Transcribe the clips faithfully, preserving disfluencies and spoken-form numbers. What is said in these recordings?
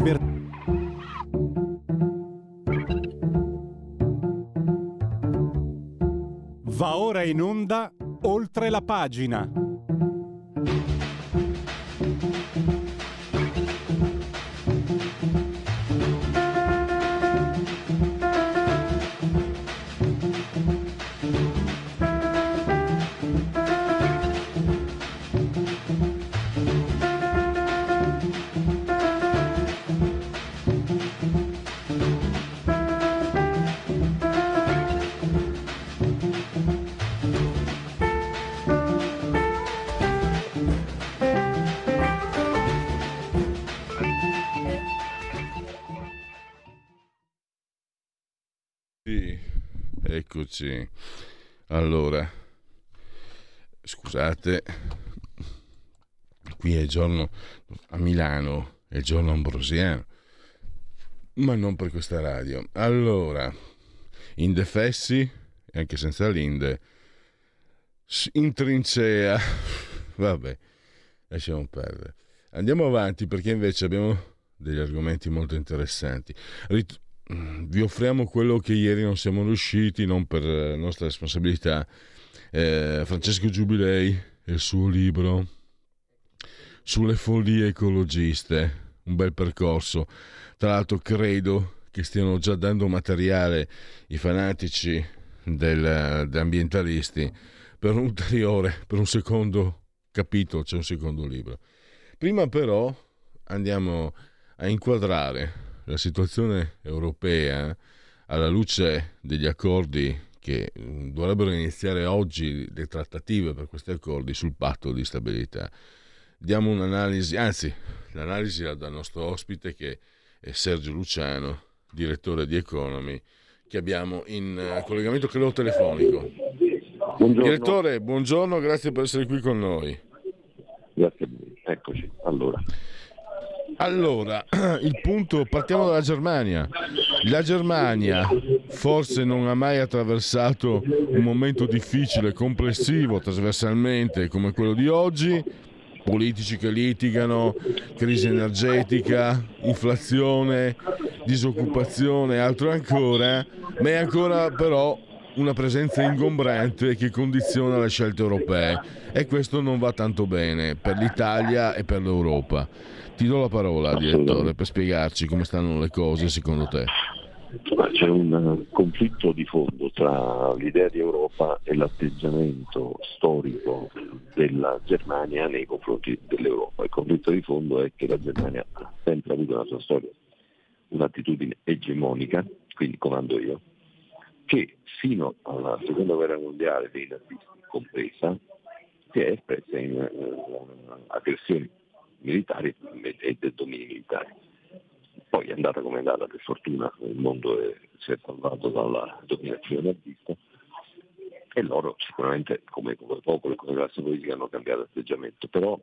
libertà. Va ora in onda Oltre la pagina. Eccoci. Allora, scusate, qui è giorno a Milano, è giorno ambrosiano, ma non per questa radio. Allora, indefessi, anche senza l'inde, in trincea, vabbè, lasciamo perdere. Andiamo avanti perché invece abbiamo degli argomenti molto interessanti. Rit- vi offriamo quello che ieri non siamo riusciti, non per nostra responsabilità. eh, Francesco Giubilei e il suo libro sulle follie ecologiste, un bel percorso. Tra l'altro credo che stiano già dando materiale i fanatici del, degli ambientalisti per un ulteriore, per un secondo capitolo, c'è un secondo libro. Prima però andiamo a inquadrare la situazione europea alla luce degli accordi che dovrebbero iniziare oggi, le trattative per questi accordi sul patto di stabilità. Diamo un'analisi, anzi l'analisi la dà il nostro ospite che è Sergio Luciano, direttore di Economy, che abbiamo in collegamento credo telefonico. Buongiorno. Direttore, buongiorno, grazie per essere qui con noi. Grazie a voi, eccoci. Allora, Allora, il punto, partiamo dalla Germania. La Germania forse non ha mai attraversato un momento difficile, complessivo, trasversalmente come quello di oggi. Politici che litigano, crisi energetica, inflazione, disoccupazione, altro ancora, ma è ancora però una presenza ingombrante che condiziona le scelte europee e questo non va tanto bene per l'Italia e per l'Europa. Ti do la parola, direttore, per spiegarci come stanno le cose secondo te. C'è un conflitto di fondo tra l'idea di Europa e l'atteggiamento storico della Germania nei confronti dell'Europa. Il conflitto di fondo è che la Germania ha sempre avuto nella sua storia un'attitudine egemonica, quindi comando io, che fino alla seconda guerra mondiale, dei nazisti compresa, si è espressa in uh, aggressioni militari e del dominio militare. Poi è andata come è andata, per fortuna il mondo è, si è salvato dalla dominazione nazista e loro sicuramente come, come popolo e come classe politica hanno cambiato atteggiamento, però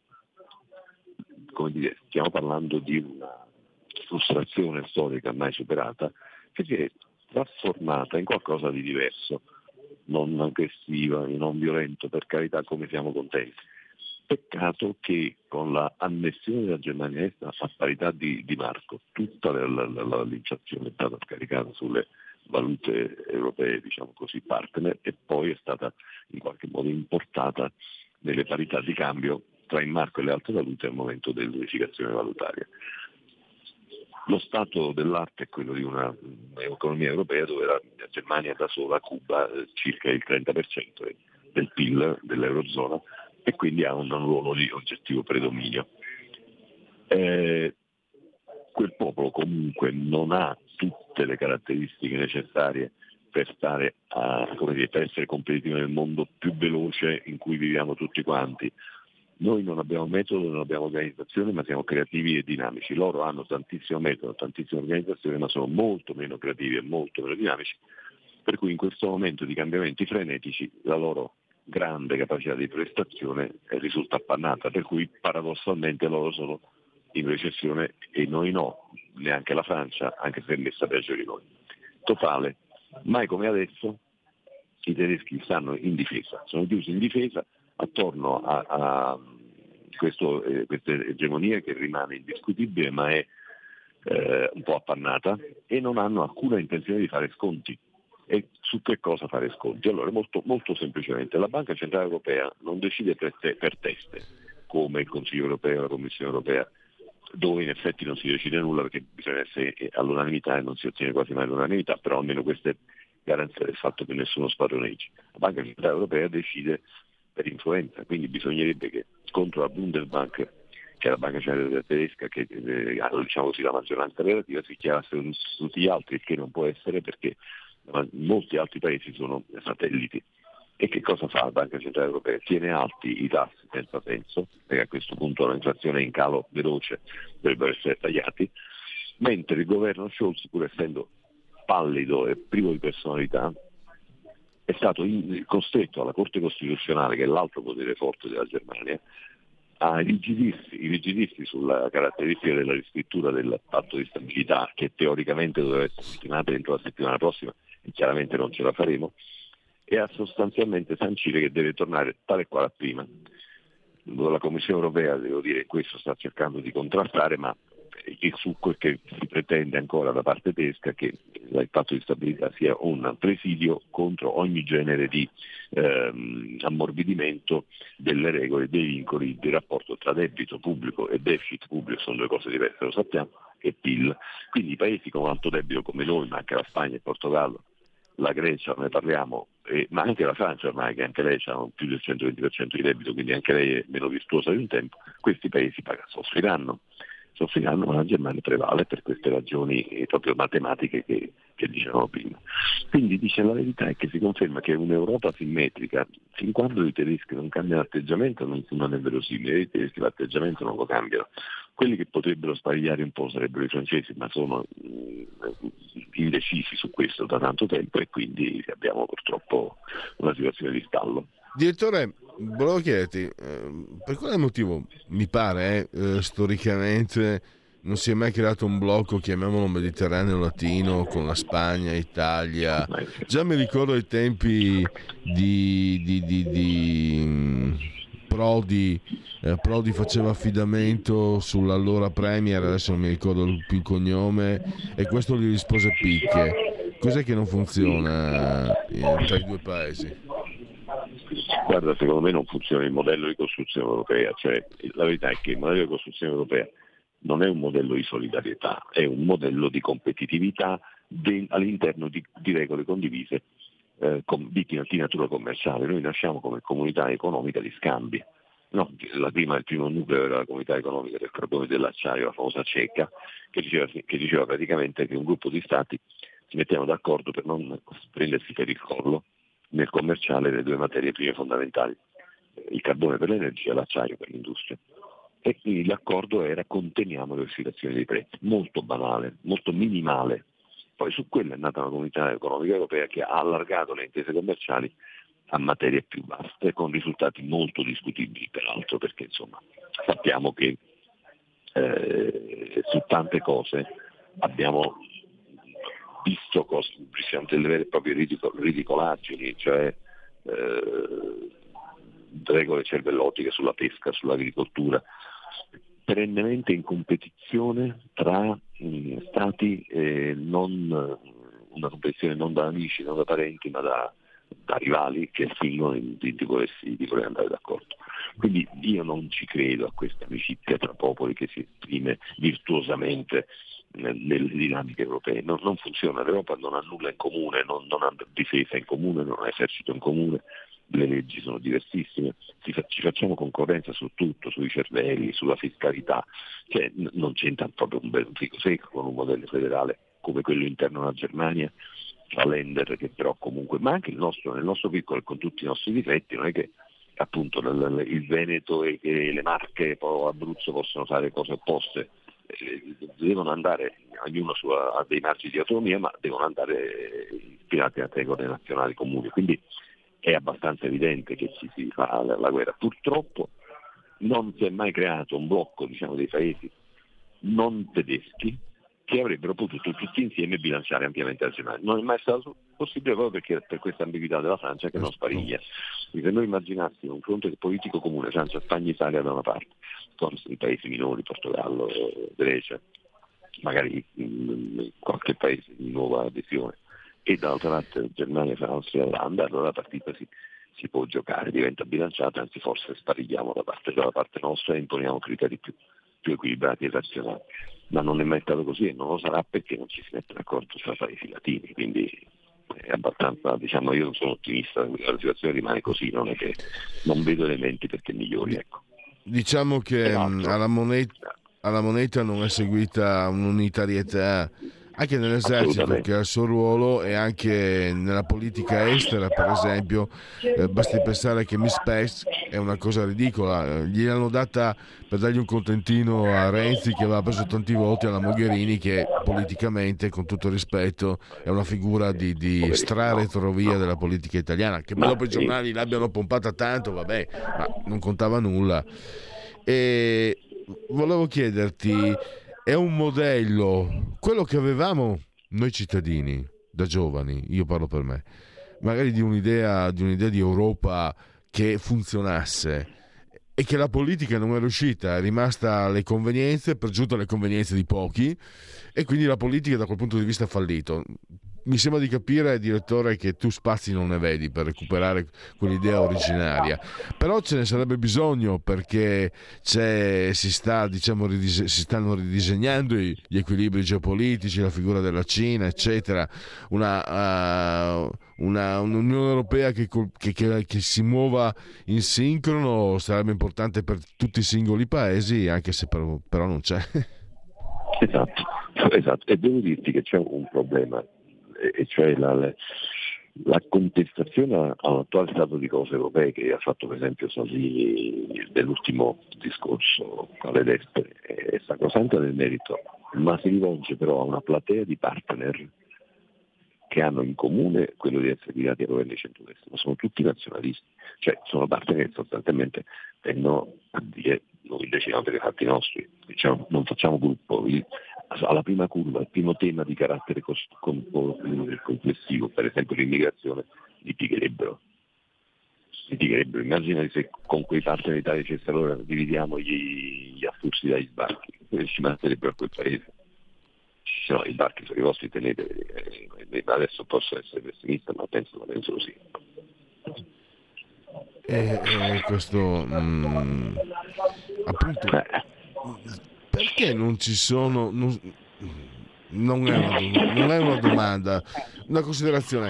come dire, stiamo parlando di una frustrazione storica mai superata che si è trasformata in qualcosa di diverso, non aggressiva, non violento, per carità, come siamo contenti. Peccato che con la annessione della Germania Est a parità di, di marco tutta la, la, la, l'inflazione è stata scaricata sulle valute europee, diciamo così, partner, e poi è stata in qualche modo importata nelle parità di cambio tra il marco e le altre valute al momento dell'unificazione valutaria. Lo stato dell'arte è quello di una, un'economia europea dove la Germania da sola cuba circa il trenta per cento del P I L dell'Eurozona e quindi ha un, un ruolo di oggettivo predominio. Eh, quel popolo comunque non ha tutte le caratteristiche necessarie per stare a, come dire, per essere competitivo nel mondo più veloce in cui viviamo tutti quanti. Noi non abbiamo metodo, non abbiamo organizzazione, ma siamo creativi e dinamici. Loro hanno tantissimo metodo, tantissima organizzazione, ma sono molto meno creativi e molto meno dinamici, per cui in questo momento di cambiamenti frenetici la loro grande capacità di prestazione risulta appannata, per cui paradossalmente loro sono in recessione e noi no, neanche la Francia, anche se è messa peggio di noi. Totale, mai come adesso i tedeschi stanno in difesa, sono chiusi in difesa attorno a, a questo, eh, questa egemonia che rimane indiscutibile, ma è eh, un po' appannata e non hanno alcuna intenzione di fare sconti. E su che cosa fare sconti? Allora, molto, molto semplicemente, la Banca Centrale Europea non decide per, te, per teste, come il Consiglio Europeo, la Commissione Europea, dove in effetti non si decide nulla perché bisogna essere all'unanimità e non si ottiene quasi mai l'unanimità, però almeno queste garanzie del fatto che nessuno spadroneggi. La Banca Centrale Europea decide per influenza, quindi bisognerebbe che contro la Bundesbank, che è la Banca Centrale Tedesca, che eh, ha diciamo così, la maggioranza relativa, si chiamassero tutti gli altri, il che non può essere perché molti altri paesi sono satelliti. E che cosa fa la Banca Centrale Europea? Tiene alti i tassi senza senso, perché a questo punto l'inflazione è in calo veloce, dovrebbero essere tagliati, mentre il governo Scholz, pur essendo pallido e privo di personalità, è stato in, costretto alla Corte Costituzionale, che è l'altro potere forte della Germania, a rigidirsi, rigidirsi sulla caratteristica della riscrittura del patto di stabilità, che teoricamente doveva essere ultimata entro la settimana prossima, e chiaramente non ce la faremo, e a sostanzialmente sancire che deve tornare tale e quale a prima. La Commissione Europea, devo dire, questo sta cercando di contrastare, ma il succo è che si pretende ancora da parte tedesca che il patto di stabilità sia un presidio contro ogni genere di ehm, ammorbidimento delle regole, dei vincoli di rapporto tra debito pubblico e deficit pubblico, sono due cose diverse, lo sappiamo, e P I L. Quindi i paesi con alto debito come noi, ma anche la Spagna e il Portogallo, la Grecia, ne parliamo, eh, ma anche la Francia ormai, che anche lei ha più del centoventi per cento di debito, quindi anche lei è meno virtuosa di un tempo, questi paesi soffriranno. soffriranno, ma la Germania prevale per queste ragioni eh, proprio matematiche che, che dicevamo prima. Quindi dice la verità è che si conferma che un'Europa simmetrica, fin quando i tedeschi non cambiano atteggiamento non, non è verosimile, i tedeschi l'atteggiamento non lo cambiano. Quelli che potrebbero sparigliare un po' sarebbero i francesi, ma sono mh, indecisi su questo da tanto tempo e quindi abbiamo purtroppo una situazione di stallo. Direttore, volevo chiederti, eh, per quale motivo mi pare eh, storicamente non si è mai creato un blocco, chiamiamolo Mediterraneo latino, con la Spagna, Italia? Già mi ricordo i tempi di, di, di, di Prodi, eh, Prodi faceva affidamento sull'allora Premier, adesso non mi ricordo più il cognome, e questo gli rispose picche. Cos'è che non funziona eh, tra i due paesi? Guarda, secondo me non funziona il modello di costruzione europea, cioè la verità è che il modello di costruzione europea non è un modello di solidarietà, è un modello di competitività de, all'interno di, di regole condivise eh, com, di, di natura commerciale. Noi nasciamo come comunità economica di scambi. No, la prima, il primo nucleo era la comunità economica del carbone e dell'acciaio, la famosa CECA, che diceva, che diceva praticamente che un gruppo di stati si mettevano d'accordo per non prendersi per il collo nel commerciale le due materie prime fondamentali, il carbone per l'energia e l'acciaio per l'industria. E quindi l'accordo era conteniamo le oscillazioni dei prezzi, molto banale, molto minimale. Poi su quello è nata una comunità economica europea che ha allargato le intese commerciali a materie più vaste, con risultati molto discutibili peraltro, perché insomma sappiamo che eh, su tante cose abbiamo visto cose, delle vere e proprie ridicolaggini, cioè eh, regole cervellotiche sulla pesca, sull'agricoltura, perennemente in competizione tra mh, stati, eh, non, una competizione non da amici, non da parenti, ma da, da rivali che fingono di, di, volersi, di voler andare d'accordo. Quindi io non ci credo a questa amicizia tra popoli che si esprime virtuosamente nelle dinamiche europee. Non, non funziona, l'Europa non ha nulla in comune, non, non ha difesa in comune, non ha esercito in comune, le leggi sono diversissime, ci, ci facciamo concorrenza su tutto, sui cervelli, sulla fiscalità, cioè n- non c'entra proprio un bel fico secco con un modello federale come quello interno alla Germania, la Länder, che però comunque, ma anche il nostro, nel nostro piccolo e con tutti i nostri difetti, non è che appunto il Veneto e le Marche o Abruzzo possono fare cose opposte, devono andare, ognuno ha dei margini di autonomia, ma devono andare ispirati a regole nazionali comuni, quindi è abbastanza evidente che ci si fa la, la guerra. Purtroppo non si è mai creato un blocco, diciamo, dei paesi non tedeschi che avrebbero potuto tutti insieme bilanciare ampiamente la Germania. Non è mai stato possibile proprio perché per questa ambiguità della Francia che non spariglia. Quindi se noi immaginassimo un fronte politico comune, Francia, Spagna, Italia da una parte, con i paesi minori, Portogallo, Grecia, magari in qualche paese di nuova adesione, e dall'altra parte Germania, Francia e Olanda, allora la partita si, si può giocare, diventa bilanciata, anzi forse sparigliamo da parte, dalla parte nostra e imponiamo criteri più, più equilibrati e razionali. Ma non è mai stato così e non lo sarà perché non ci si mette d'accordo tra paesi latini, quindi è abbastanza, diciamo, io non sono ottimista, la situazione rimane così, non è che non vedo elementi perché migliori, ecco. Diciamo che alla moneta, alla moneta non è seguita un'unitarietà anche nell'esercito, che ha il suo ruolo, e anche nella politica estera, per esempio. Eh, basti pensare che Miss Pace è una cosa ridicola, gli hanno data per dargli un contentino a Renzi, che aveva preso tanti voti, alla Mogherini, che politicamente, con tutto rispetto, è una figura di, di stra-retrovia della politica italiana, che poi dopo i giornali l'abbiano pompata tanto, vabbè, ma non contava nulla. E volevo chiederti, è un modello, quello che avevamo noi cittadini da giovani, io parlo per me, magari di un'idea di un'idea di Europa che funzionasse, e che la politica non è riuscita, è rimasta alle convenienze, per giunta alle convenienze di pochi, e quindi la politica da quel punto di vista ha fallito. Mi sembra di capire, direttore, che tu spazi non ne vedi per recuperare quell'idea originaria, però ce ne sarebbe bisogno, perché c'è, si sta, diciamo, ridise, si stanno ridisegnando gli equilibri geopolitici, la figura della Cina, eccetera. Una, uh, una un'Unione Europea che, che, che, che si muova in sincrono sarebbe importante per tutti i singoli paesi, anche se però, però non c'è. Esatto, esatto. E devo dirti che c'è un problema, e cioè la, la contestazione all'attuale stato di cose europee che ha fatto per esempio Salvini nell'ultimo discorso alle destre è sacrosanta nel merito, ma si rivolge però a una platea di partner che hanno in comune quello di essere guidati a governi centrodestra, ma sono tutti nazionalisti, cioè sono partner che sostanzialmente tendono a dire noi decidiamo per i fatti nostri, diciamo, non facciamo gruppo. Alla prima curva, il primo tema di carattere complessivo, per esempio l'immigrazione, litigherebbero. litigherebbero. Immagina se con quei partner d'Italia dicesse allora dividiamo gli, gli afflussi dagli sbarchi, ci manderebbero a quel paese. Se no, i sbarchi sono i vostri, tenete, eh, adesso posso essere pessimista, ma penso, ma penso così. E, e questo mh, appunto, perché non ci sono, non, non, è una, non è una domanda, una considerazione.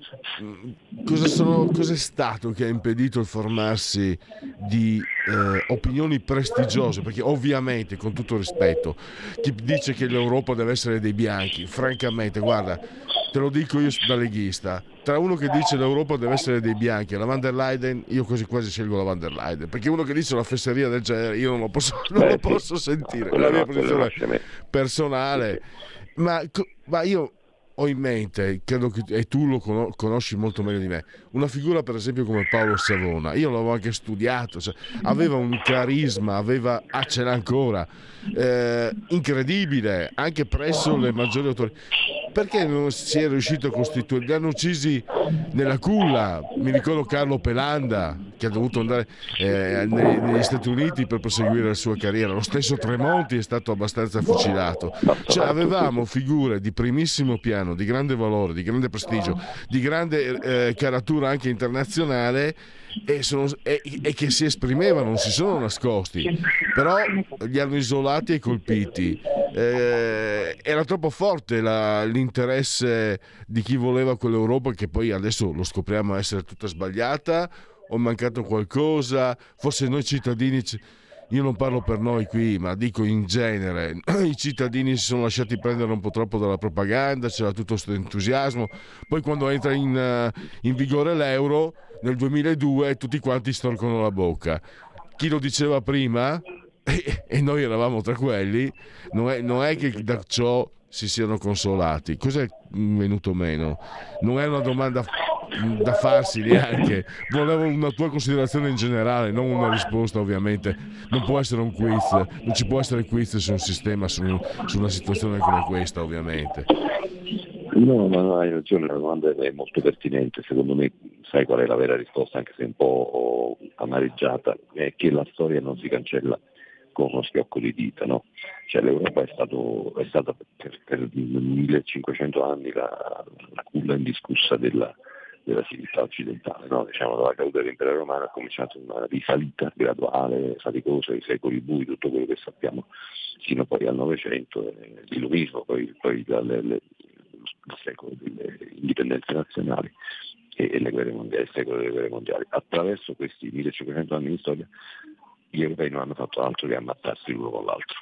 Cosa sono, cos'è stato che ha impedito il formarsi di eh, opinioni prestigiose? Perché ovviamente, con tutto rispetto, chi dice che l'Europa deve essere dei bianchi, francamente, guarda, te lo dico io da leghista, tra uno che dice l'Europa deve essere dei bianchi e la van der Leyen, io quasi quasi scelgo la van der Leyen, perché uno che dice una fesseria del genere io non lo posso, non lo posso sentire, è la mia posizione personale, ma, ma io ho in mente, credo che e tu lo conosci molto meglio di me, una figura per esempio come Paolo Savona. Io l'avevo anche studiato, cioè, aveva un carisma, aveva, ah, ce l'ha ancora, eh, incredibile, anche presso le maggiori autorità. Perché non si è riuscito a costituire? Li hanno uccisi nella culla. Mi ricordo Carlo Pelanda, che ha dovuto andare eh, negli, negli Stati Uniti per proseguire la sua carriera. Lo stesso Tremonti è stato abbastanza fucilato. Cioè, avevamo figure di primissimo piano, di grande valore, di grande prestigio, di grande eh, caratura anche internazionale, e, sono, e, e che si esprimevano, non si sono nascosti, però li hanno isolati e colpiti. Eh, era troppo forte la, l'interesse di chi voleva quell'Europa, che poi adesso lo scopriamo essere tutta sbagliata, o è mancato qualcosa, forse noi cittadini, io non parlo per noi qui, ma dico in genere, i cittadini si sono lasciati prendere un po' troppo dalla propaganda, c'era tutto questo entusiasmo, poi quando entra in, in vigore l'euro nel duemiladue tutti quanti storcono la bocca. Chi lo diceva prima, e, e noi eravamo tra quelli, non è, non è che da ciò si siano consolati. Cos'è venuto meno? Non è una domanda da farsi neanche, volevo una tua considerazione in generale, non una risposta. Ovviamente non può essere un quiz, non ci può essere quiz su un sistema, su, un, su una situazione come questa, ovviamente. No, ma no, hai ragione, la domanda è molto pertinente. Secondo me sai qual è la vera risposta, anche se un po' amareggiata, è che la storia non si cancella con uno schiocco di dita, no? Cioè l'Europa è, stato, è stata per, per millecinquecento anni la, la culla indiscussa della, della civiltà occidentale, no? Diciamo, dalla caduta dell'impero romano è cominciata una risalita graduale, faticosa, i secoli bui, tutto quello che sappiamo, fino poi al Novecento, eh, l'illuminismo, poi, poi dalle, le, il secolo delle indipendenze nazionali e, e le guerre mondiali, il secolo delle guerre mondiali. Attraverso questi millecinquecento anni di storia gli europei non hanno fatto altro che ammazzarsi l'uno con l'altro.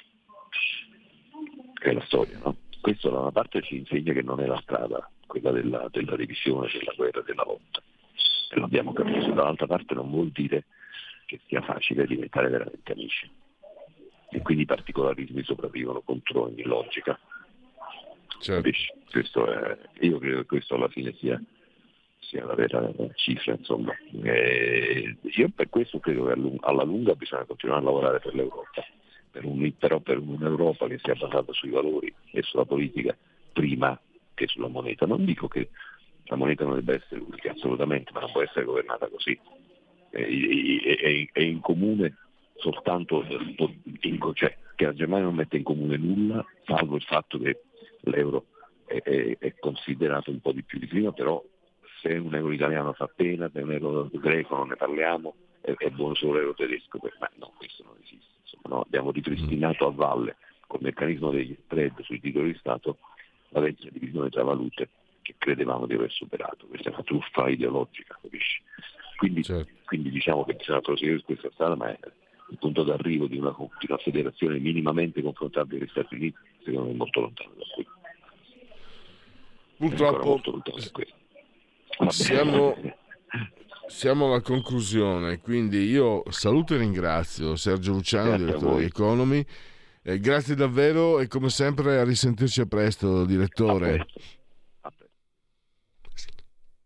È la storia, no? Questo da una parte ci insegna che non è la strada, quella della, della divisione, della guerra, della lotta, e l'abbiamo capito. Dall'altra parte non vuol dire che sia facile diventare veramente amici, e quindi i particolarismi sopravvivono contro ogni logica. Certo. Questo è, io credo che questo alla fine sia, sia la vera cifra, insomma. E io per questo credo che alla lunga bisogna continuare a lavorare per l'Europa, per un, però per un'Europa che sia basata sui valori e sulla politica prima che sulla moneta. Non dico che la moneta non debba essere unica, assolutamente, ma non può essere governata così. È, è, è in comune soltanto, in, cioè, che la Germania non mette in comune nulla, salvo il fatto che l'euro è, è, è considerato un po' di più di prima, però se un euro italiano fa pena, se un euro greco non ne parliamo, è, è buono solo l'euro tedesco, ma no, questo non esiste. Insomma, no, abbiamo ripristinato a valle col meccanismo degli spread sui titoli di Stato la vecchia divisione tra valute che credevamo di aver superato. Questa è una truffa ideologica, capisci? Quindi, certo. quindi diciamo che bisogna proseguire su questa strada, ma è il punto d'arrivo di una, di una federazione minimamente confrontabile con gli Stati Uniti, secondo me è molto lontano da qui. Purtroppo molto lontano da qui. Siamo, siamo alla conclusione, quindi io saluto e ringrazio Sergio Luciano, Grazie direttore di Economy. Eh, grazie davvero e come sempre a risentirci a presto, direttore. A presto. A presto.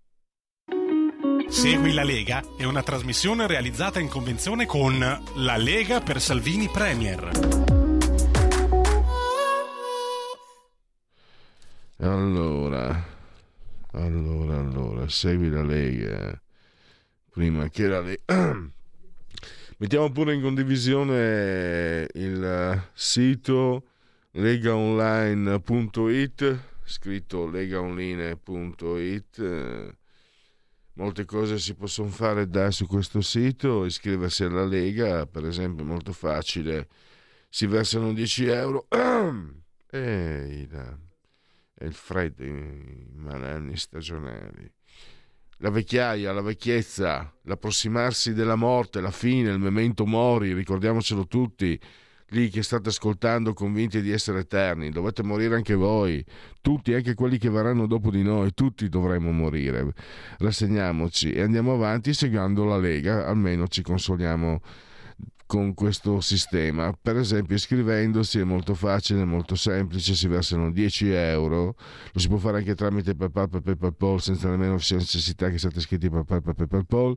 Segui la Lega è una trasmissione realizzata in convenzione con La Lega per Salvini Premier. Allora, allora, allora, segui la Lega prima che la Lega. Mettiamo pure in condivisione il sito legaonline punto it, scritto legaonline punto it. Molte cose si possono fare da su questo sito, iscriversi alla Lega, per esempio, è molto facile, si versano dieci euro e il, e il freddo, i malanni stagionali. La vecchiaia, la vecchiezza, l'approssimarsi della morte, la fine, il memento mori, ricordiamocelo tutti, lì che state ascoltando convinti di essere eterni, dovete morire anche voi, tutti, anche quelli che verranno dopo di noi, tutti dovremo morire. Rassegniamoci e andiamo avanti seguendo la Lega, almeno ci consoliamo con questo sistema. Per esempio iscrivendosi è molto facile, molto semplice, si versano dieci euro, lo si può fare anche tramite PayPal, PayPal, senza nemmeno necessità che siate iscritti a PayPal, PayPal.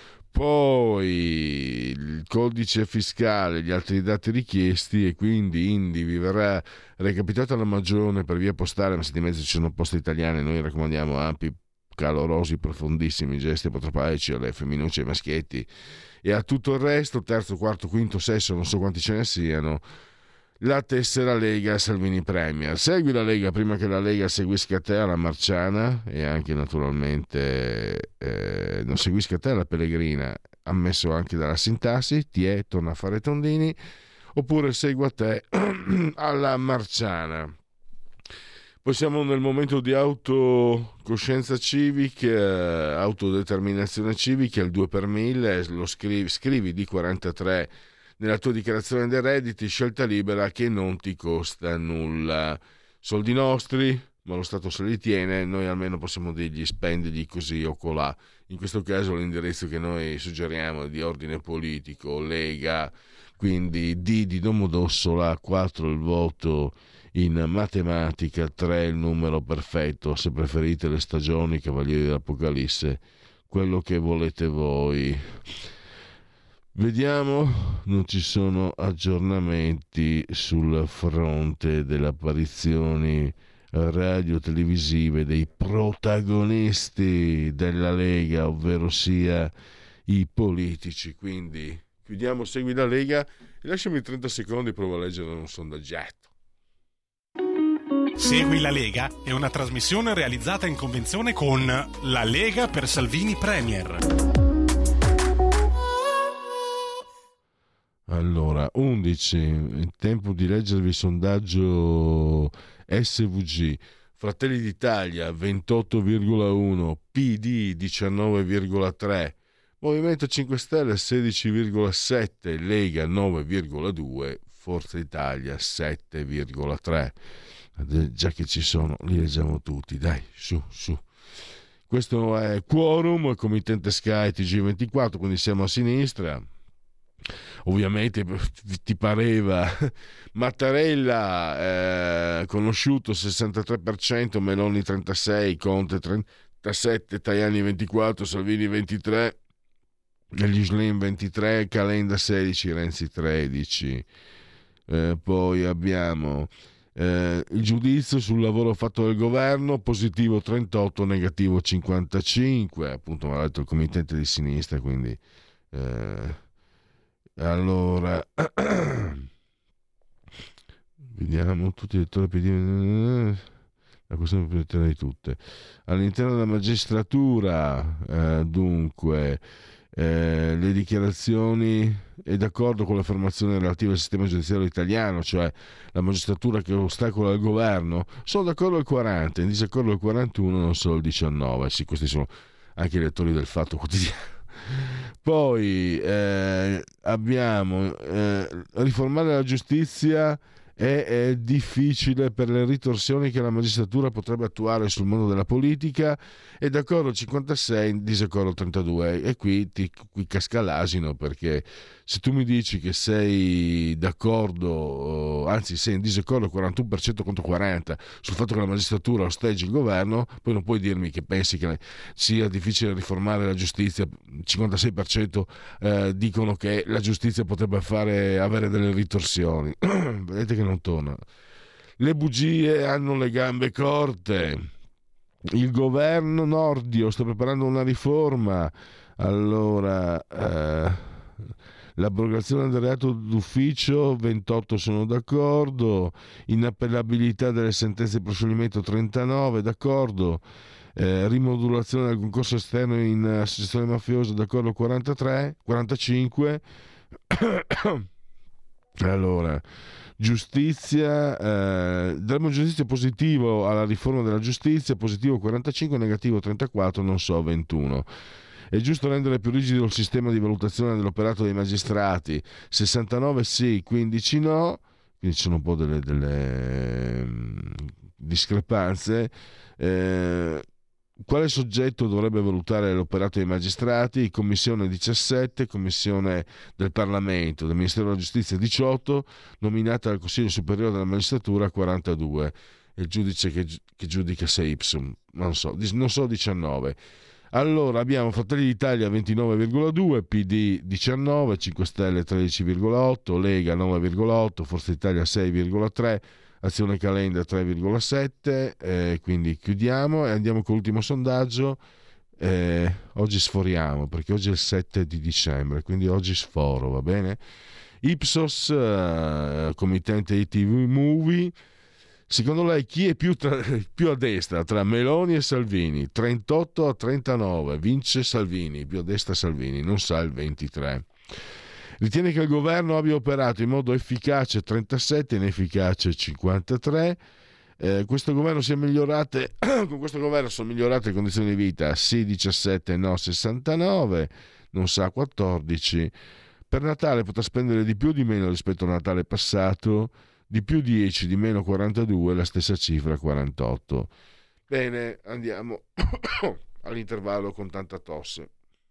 Poi il codice fiscale, gli altri dati richiesti, e quindi Indi vi verrà recapitata la magione per via postale, ma se di mezzo ci sono poste italiane noi raccomandiamo ampi, calorosi, profondissimi gesti apotropaici alle femminucce e ai maschietti e a tutto il resto, terzo, quarto, quinto, sesto, non so quanti ce ne siano, la tessera Lega Salvini Premier. Segui la Lega prima che la Lega seguisca te alla Marciana e anche naturalmente eh, non seguisca te alla Pellegrina, ammesso anche dalla sintassi, ti è, torna a fare tondini, oppure segua te alla Marciana. Poi siamo nel momento di autocoscienza civica, autodeterminazione civica, il due per mille, lo scrivi, scrivi D quarantatré nella tua dichiarazione dei redditi, scelta libera che non ti costa nulla. Soldi nostri, ma lo Stato se li tiene, noi almeno possiamo dirgli spendigli così o colà. In questo caso l'indirizzo che noi suggeriamo è di ordine politico, Lega, quindi D di Domodossola, quattro il voto in matematica, tre il numero perfetto, se preferite le stagioni, Cavalieri dell'Apocalisse, quello che volete voi. Vediamo, non ci sono aggiornamenti sul fronte delle apparizioni radio-televisive dei protagonisti della Lega, ovvero sia i politici, quindi chiudiamo Segui la Lega Lasciami trenta secondi, provo a leggere un sondaggetto. Segui la Lega è una trasmissione realizzata in convenzione con La Lega per Salvini Premier. Allora, undici, il tempo di leggervi il sondaggio S V G. Fratelli d'Italia ventotto virgola uno, P D diciannove virgola tre, Movimento cinque Stelle sedici virgola sette, Lega nove virgola due, Forza Italia sette virgola tre. Già che ci sono, li leggiamo tutti, dai, su, su. Questo è Quorum, committente Sky T G ventiquattro, quindi siamo a sinistra. Ovviamente ti pareva Mattarella eh, conosciuto sessantatré per cento, Meloni trentasei, Conte trentasette, Tajani ventiquattro, Salvini ventitré, gli Slim ventitré, Calenda sedici, Renzi tredici. Eh, poi abbiamo eh, il giudizio sul lavoro fatto dal governo, positivo trentotto, negativo cinquantacinque, appunto mi ha detto il committente di sinistra, quindi eh, allora vediamo tutti i lettori P D, la questione prioritaria di tutte all'interno della magistratura. Eh, dunque eh, le dichiarazioni è d'accordo con le affermazioni relative al sistema giudiziario italiano, cioè la magistratura che ostacola il governo, sono d'accordo al quaranta, in disaccordo al quarantuno, non solo il diciannove. Sì, questi sono anche i lettori del Fatto Quotidiano. Poi eh, abbiamo eh, riformare la giustizia è, è difficile per le ritorsioni che la magistratura potrebbe attuare sul mondo della politica, è d'accordo cinquantasei, in disaccordo trentadue, e qui ti qui casca l'asino, perché se tu mi dici che sei d'accordo, anzi sei in disaccordo quarantuno per cento contro quaranta sul fatto che la magistratura osteggi il governo, poi non puoi dirmi che pensi che sia difficile riformare la giustizia. cinquantasei per cento eh, dicono che la giustizia potrebbe fare avere delle ritorsioni. Vedete che non torna. Le bugie hanno le gambe corte. Il governo Nordio sta preparando una riforma. Allora eh, l'abrogazione del reato d'ufficio, ventotto sono d'accordo, inappellabilità delle sentenze di proscioglimento trentanove, d'accordo, eh, rimodulazione del concorso esterno in associazione mafiosa, d'accordo quarantatré, quarantacinque. Allora, giustizia, eh, daremo giudizio positivo alla riforma della giustizia, positivo quarantacinque, negativo trentaquattro, non so, ventuno. È giusto rendere più rigido il sistema di valutazione dell'operato dei magistrati, sessantanove sì, quindici no, quindi ci sono un po' delle, delle discrepanze. Eh, quale soggetto dovrebbe valutare l'operato dei magistrati? Commissione diciassette, Commissione del Parlamento, del Ministero della Giustizia diciotto, nominata dal Consiglio Superiore della Magistratura quarantadue, e il giudice che, che giudica se ipsum, non so, non so diciannove. Allora abbiamo Fratelli d'Italia ventinove virgola due, P D diciannove, cinque Stelle tredici virgola otto, Lega nove virgola otto, Forza Italia sei virgola tre, Azione Calenda tre virgola sette, eh, quindi chiudiamo e andiamo con l'ultimo sondaggio. Eh, oggi sforiamo perché oggi è il sette di dicembre, quindi oggi sforo, va bene? Ipsos, eh, committente I T V Movie, secondo lei chi è più, tra, più a destra tra Meloni e Salvini? trentotto a trentanove, vince Salvini, più a destra Salvini, non sa il ventitré. Ritiene che il governo abbia operato in modo efficace trentasette, inefficace cinquantatré. Eh, questo governo si è migliorate con questo governo sono migliorate le condizioni di vita, sì diciassette, no sessantanove, non sa quattordici. Per Natale potrà spendere di più o di meno rispetto al Natale passato, di più dieci, di meno quarantadue, la stessa cifra quarantotto. Bene, andiamo all'intervallo con tanta tosse.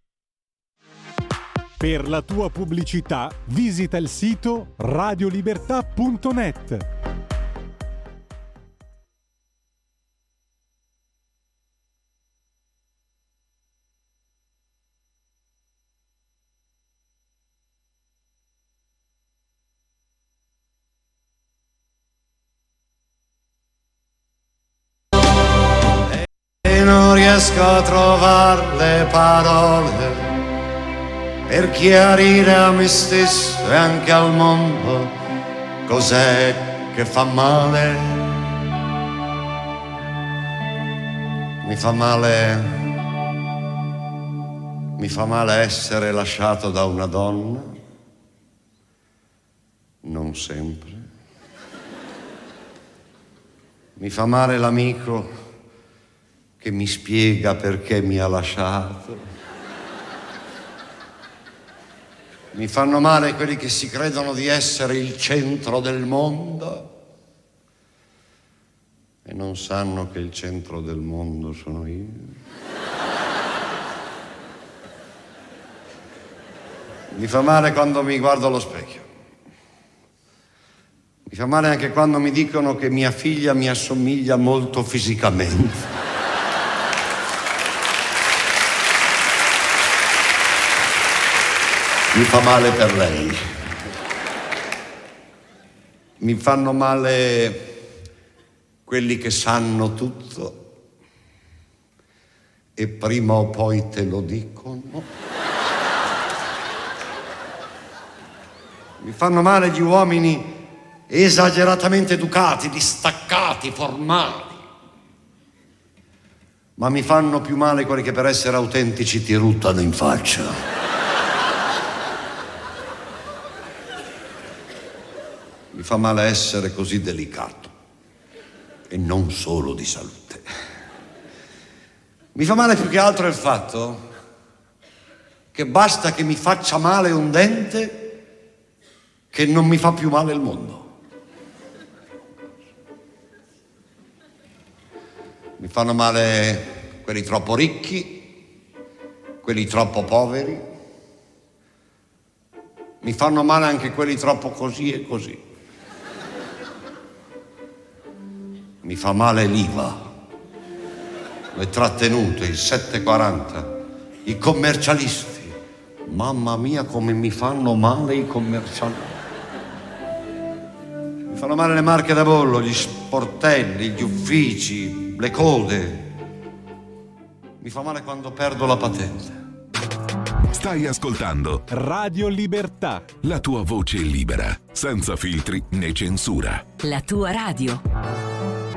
Per la tua pubblicità visita il sito radiolibertà punto net. E non riesco a trovare le parole per chiarire a me stesso e anche al mondo cos'è che fa male. Mi fa male, mi fa male essere lasciato da una donna, non sempre. Mi fa male l'amico che mi spiega perché mi ha lasciato. Mi fanno male quelli che si credono di essere il centro del mondo e non sanno che il centro del mondo sono io. Mi fa male quando mi guardo allo specchio. Mi fa male anche quando mi dicono che mia figlia mi assomiglia molto fisicamente. Mi fa male per lei. Mi fanno male quelli che sanno tutto e prima o poi te lo dicono. Mi fanno male gli uomini esageratamente educati, distaccati, formali. Ma mi fanno più male quelli che per essere autentici ti ruttano in faccia. Mi fa male essere così delicato e non solo di salute. Mi fa male più che altro il fatto che basta che mi faccia male un dente che non mi fa più male il mondo. Mi fanno male quelli troppo ricchi, quelli troppo poveri. Mi fanno male anche quelli troppo così e così. Mi fa male l'I V A, le trattenute, il sette quaranta, i commercialisti. Mamma mia, come mi fanno male i commercialisti. Mi fanno male le marche da bollo, gli sportelli, gli uffici, le code. Mi fa male quando perdo la patente. Stai ascoltando Radio Libertà, la tua voce libera, senza filtri né censura. La tua radio.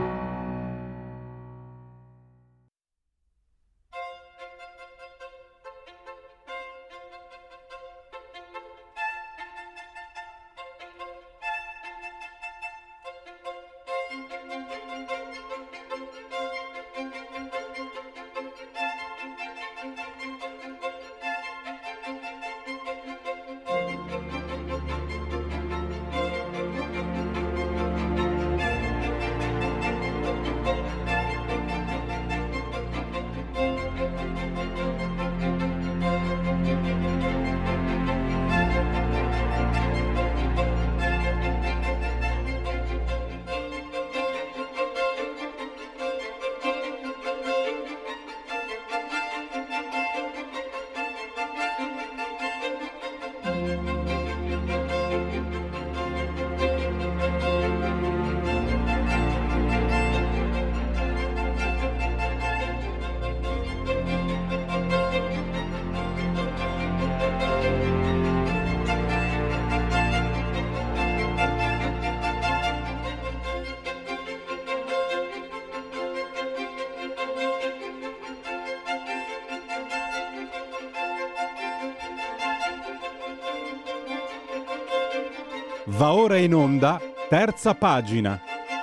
Va ora in onda, terza pagina.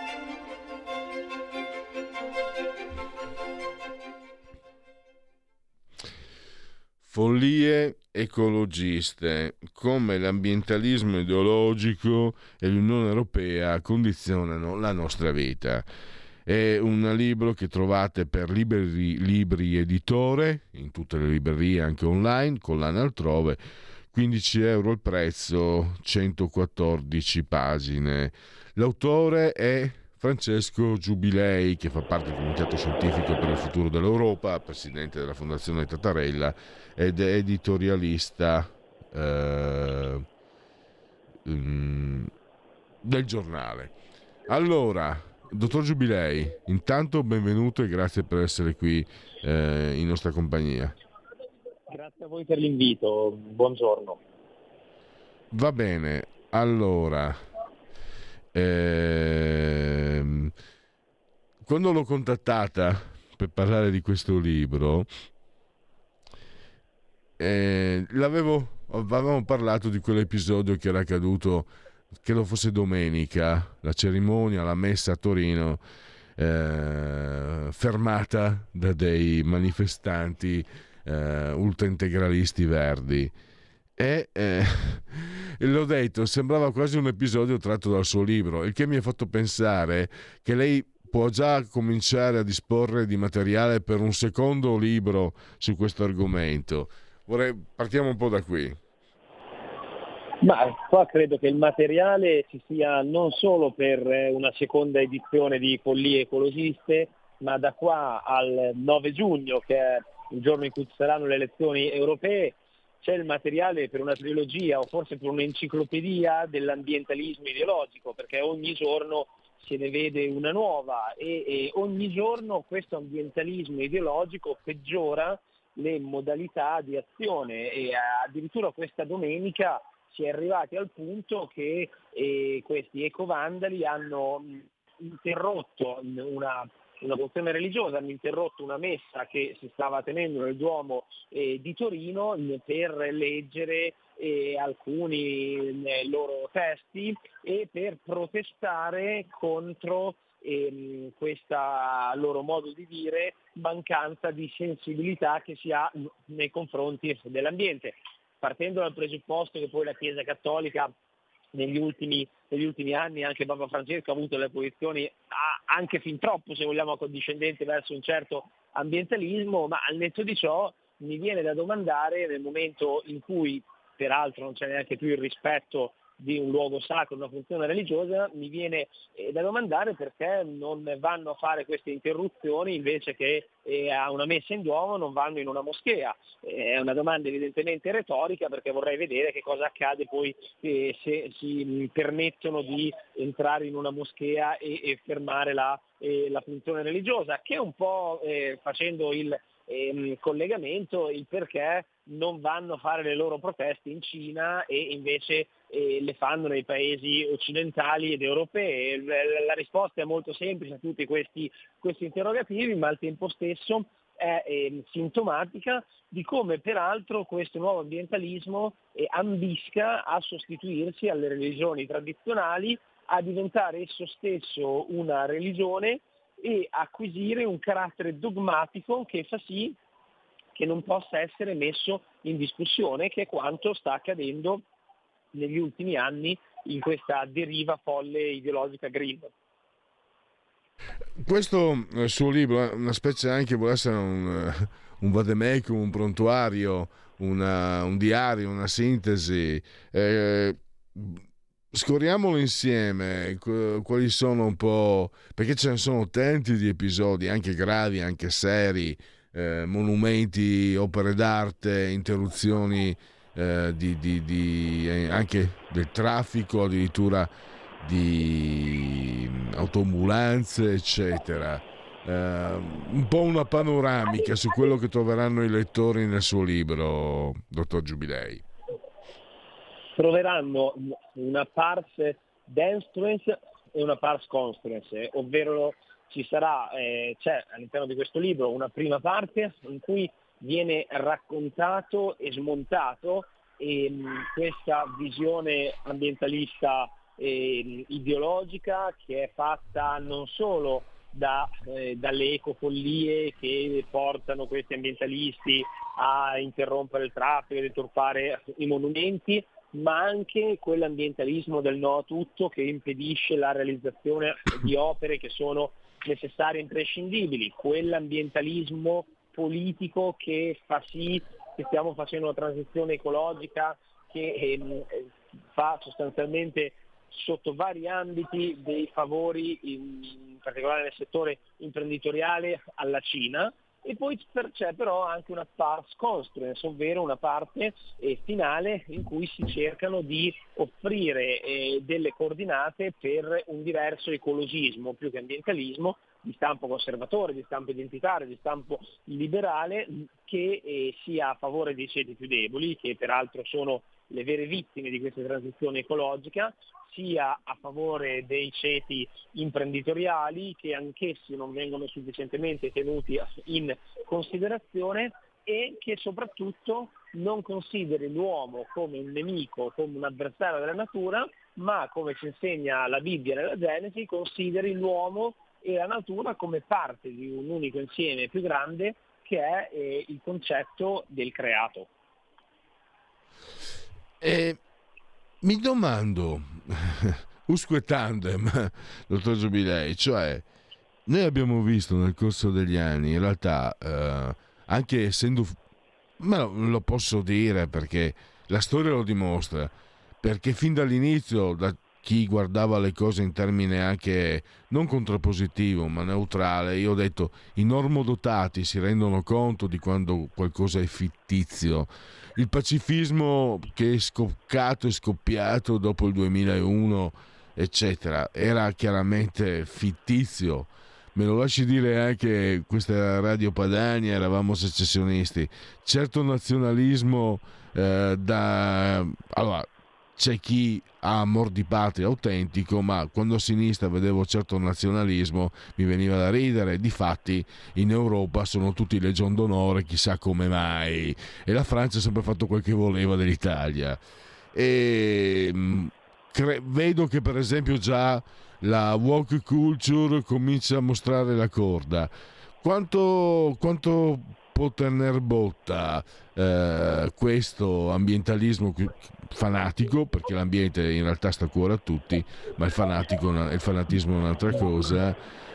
Follie ecologiste, come l'ambientalismo ideologico e l'Unione Europea condizionano la nostra vita. È un libro che trovate per Libri, Libri Editore, in tutte le librerie anche online, collane altrove. quindici euro il prezzo, centoquattordici pagine. L'autore è Francesco Giubilei, che fa parte del Comitato Scientifico per il Futuro dell'Europa, presidente della Fondazione Tattarella ed è editorialista eh, del giornale. Allora, dottor Giubilei, intanto benvenuto e grazie per essere qui eh, in nostra compagnia. Grazie a voi per l'invito, buongiorno. Va bene, allora, ehm, quando l'ho contattata per parlare di questo libro, eh, l'avevo, avevamo parlato di quell'episodio che era accaduto, credo fosse domenica, la cerimonia, la messa a Torino, eh, fermata da dei manifestanti eh, ultraintegralisti verdi. E eh, l'ho detto, sembrava quasi un episodio tratto dal suo libro, il che mi ha fatto pensare che lei può già cominciare a disporre di materiale per un secondo libro su questo argomento. Vorrei, partiamo un po' da qui. Ma qua credo che il materiale ci sia non solo per una seconda edizione di Follie Ecologiste, ma da qua al nove giugno, che è il giorno in cui ci saranno le elezioni europee, c'è il materiale per una trilogia o forse per un'enciclopedia dell'ambientalismo ideologico, perché ogni giorno se ne vede una nuova e, e ogni giorno questo ambientalismo ideologico peggiora le modalità di azione e addirittura questa domenica si è arrivati al punto che eh, questi ecovandali hanno interrotto una, una funzione religiosa, hanno interrotto una messa che si stava tenendo nel Duomo eh, di Torino per leggere eh, alcuni eh, loro testi e per protestare contro ehm, questa loro modo di dire mancanza di sensibilità che si ha nei confronti dell'ambiente. Partendo dal presupposto che poi la Chiesa Cattolica negli ultimi, negli ultimi anni, anche Papa Francesco ha avuto le posizioni anche fin troppo, se vogliamo, accondiscendenti verso un certo ambientalismo, ma al netto di ciò mi viene da domandare, nel momento in cui peraltro non c'è neanche più il rispetto di un luogo sacro, una funzione religiosa, mi viene eh, da domandare perché non vanno a fare queste interruzioni invece che eh, a una messa in Duomo non vanno in una moschea. Eh, è una domanda evidentemente retorica, perché vorrei vedere che cosa accade poi eh, se si permettono di entrare in una moschea e, e fermare la, eh, la funzione religiosa, che è un po' eh, facendo il eh, collegamento il perché non vanno a fare le loro proteste in Cina e invece eh, le fanno nei paesi occidentali ed europei. La risposta è molto semplice a tutti questi, questi interrogativi, ma al tempo stesso è eh, sintomatica di come peraltro questo nuovo ambientalismo eh, ambisca a sostituirsi alle religioni tradizionali, a diventare esso stesso una religione e acquisire un carattere dogmatico che fa sì che non possa essere messo in discussione, che è quanto sta accadendo negli ultimi anni in questa deriva folle ideologica green. Questo eh, suo libro è una specie anche, vuole essere un, un vademecum, un prontuario, una, un diario, una sintesi. Eh, scorriamolo insieme, quali sono un po', perché ce ne sono tanti di episodi, anche gravi, anche seri, eh, monumenti, opere d'arte, interruzioni eh, di, di, di, eh, anche del traffico, addirittura di autoambulanze, eccetera. Eh, un po' una panoramica su quello che troveranno i lettori nel suo libro, dottor Giubilei. Troveranno una pars demonstrans e una pars construens, ovvero ci sarà, eh, c'è all'interno di questo libro una prima parte in cui viene raccontato e smontato eh, questa visione ambientalista eh, ideologica che è fatta non solo da, eh, dalle ecofollie che portano questi ambientalisti a interrompere il traffico, a deturpare i monumenti, ma anche quell'ambientalismo del no a tutto che impedisce la realizzazione di opere che sono necessarie e imprescindibili, quell'ambientalismo politico che fa sì che stiamo facendo una transizione ecologica che ehm, fa sostanzialmente sotto vari ambiti dei favori, in, in particolare nel settore imprenditoriale, alla Cina. E poi c'è però anche una pars construens, ovvero una parte eh, finale in cui si cercano di offrire eh, delle coordinate per un diverso ecologismo, più che ambientalismo, di stampo conservatore, di stampo identitario, di stampo liberale, che eh, sia a favore dei ceti più deboli, che peraltro sono le vere vittime di questa transizione ecologica, sia a favore dei ceti imprenditoriali, che anch'essi non vengono sufficientemente tenuti in considerazione, e che soprattutto non consideri l'uomo come un nemico, come un avversario della natura, ma, come ci insegna la Bibbia nella Genesi, consideri l'uomo e la natura come parte di un unico insieme più grande, che è eh, il concetto del creato. E mi domando, usque tandem, dottor Giubilei, cioè noi abbiamo visto nel corso degli anni, in realtà, eh, anche essendo, ma lo posso dire perché la storia lo dimostra, perché fin dall'inizio, da chi guardava le cose in termini anche non contrappositivo ma neutrale, io ho detto i normodotati si rendono conto di quando qualcosa è fittizio. Il pacifismo che è scoccato e scoppiato dopo il duemilauno eccetera era chiaramente fittizio. Me lo lasci dire anche questa Radio Padania, eravamo secessionisti. Certo nazionalismo eh, da... Allora, c'è chi ha amor di patria autentico, ma quando a sinistra vedevo certo nazionalismo mi veniva da ridere. Difatti in Europa sono tutti legion d'onore, chissà come mai, e la Francia ha sempre fatto quel che voleva dell'Italia. E cre- vedo che per esempio già la woke culture comincia a mostrare la corda. Quanto, quanto può tener botta eh, questo ambientalismo fanatico, perché l'ambiente in realtà sta a cuore a tutti, ma il, fanatico, il fanatismo è un'altra cosa,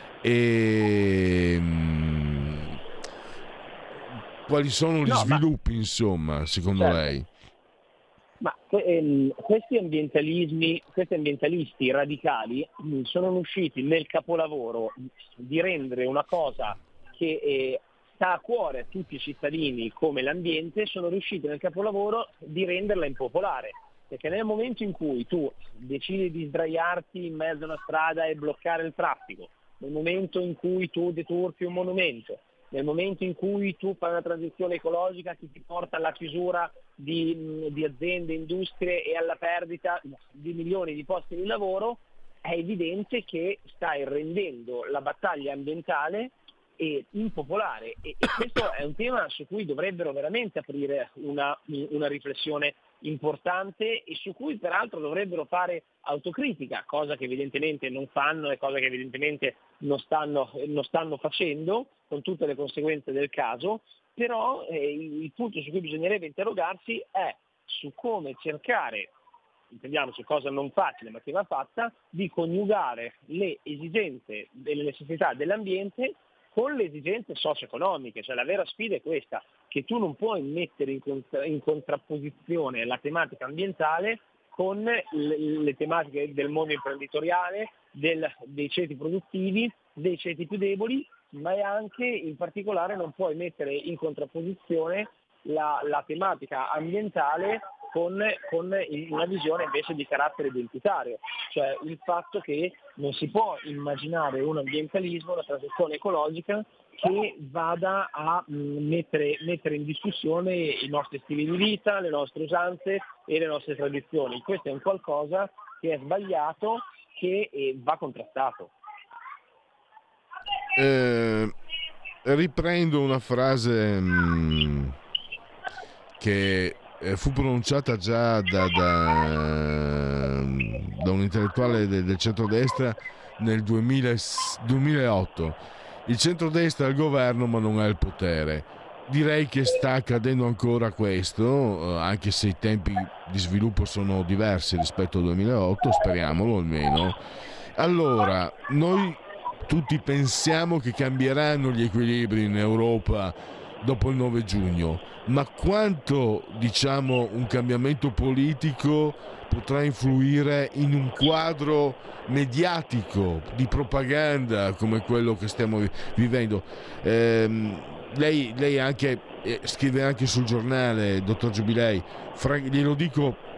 e mh, quali sono gli no, sviluppi ma... insomma secondo certo. lei? Ma ehm, questi ambientalismi, questi ambientalisti radicali mh, sono usciti nel capolavoro di rendere una cosa che eh, sta a cuore a tutti i cittadini come l'ambiente, sono riusciti nel capolavoro di renderla impopolare, perché nel momento in cui tu decidi di sdraiarti in mezzo a una strada e bloccare il traffico, nel momento in cui tu deturpi un monumento, nel momento in cui tu fai una transizione ecologica che ti porta alla chiusura di, di aziende, industrie e alla perdita di milioni di posti di lavoro, è evidente che stai rendendo la battaglia ambientale e impopolare, e, e questo è un tema su cui dovrebbero veramente aprire una, una riflessione importante, e su cui peraltro dovrebbero fare autocritica, cosa che evidentemente non fanno e cosa che evidentemente non stanno, non stanno facendo, con tutte le conseguenze del caso. Però eh, il punto su cui bisognerebbe interrogarsi è su come cercare, intendiamo su cosa non facile ma che va fatta, di coniugare le esigenze e le necessità dell'ambiente con le esigenze socio-economiche. Cioè la vera sfida è questa, che tu non puoi mettere in, contra- in contrapposizione la tematica ambientale con le, le tematiche del mondo imprenditoriale, del, dei ceti produttivi, dei ceti più deboli, ma è anche, in particolare, non puoi mettere in contrapposizione la, la tematica ambientale con, con una visione invece di carattere identitario, cioè il fatto che non si può immaginare un ambientalismo, una transizione ecologica che vada a mettere, mettere in discussione i nostri stili di vita, le nostre usanze e le nostre tradizioni. Questo è un qualcosa che è sbagliato, che va contrastato. Eh, riprendo una frase mh, che fu pronunciata già da, da, da un intellettuale del, del centrodestra nel duemila, duemilaotto. Il centrodestra è al governo ma non ha il potere. Direi che sta accadendo ancora questo, anche se i tempi di sviluppo sono diversi rispetto al duemilaotto, speriamolo almeno. Allora, noi tutti pensiamo che cambieranno gli equilibri in Europa dopo il nove giugno, ma quanto, diciamo, un cambiamento politico potrà influire in un quadro mediatico di propaganda come quello che stiamo vivendo? Ehm, lei, lei anche eh, scrive anche sul giornale, dottor Giubilei, fra, glielo dico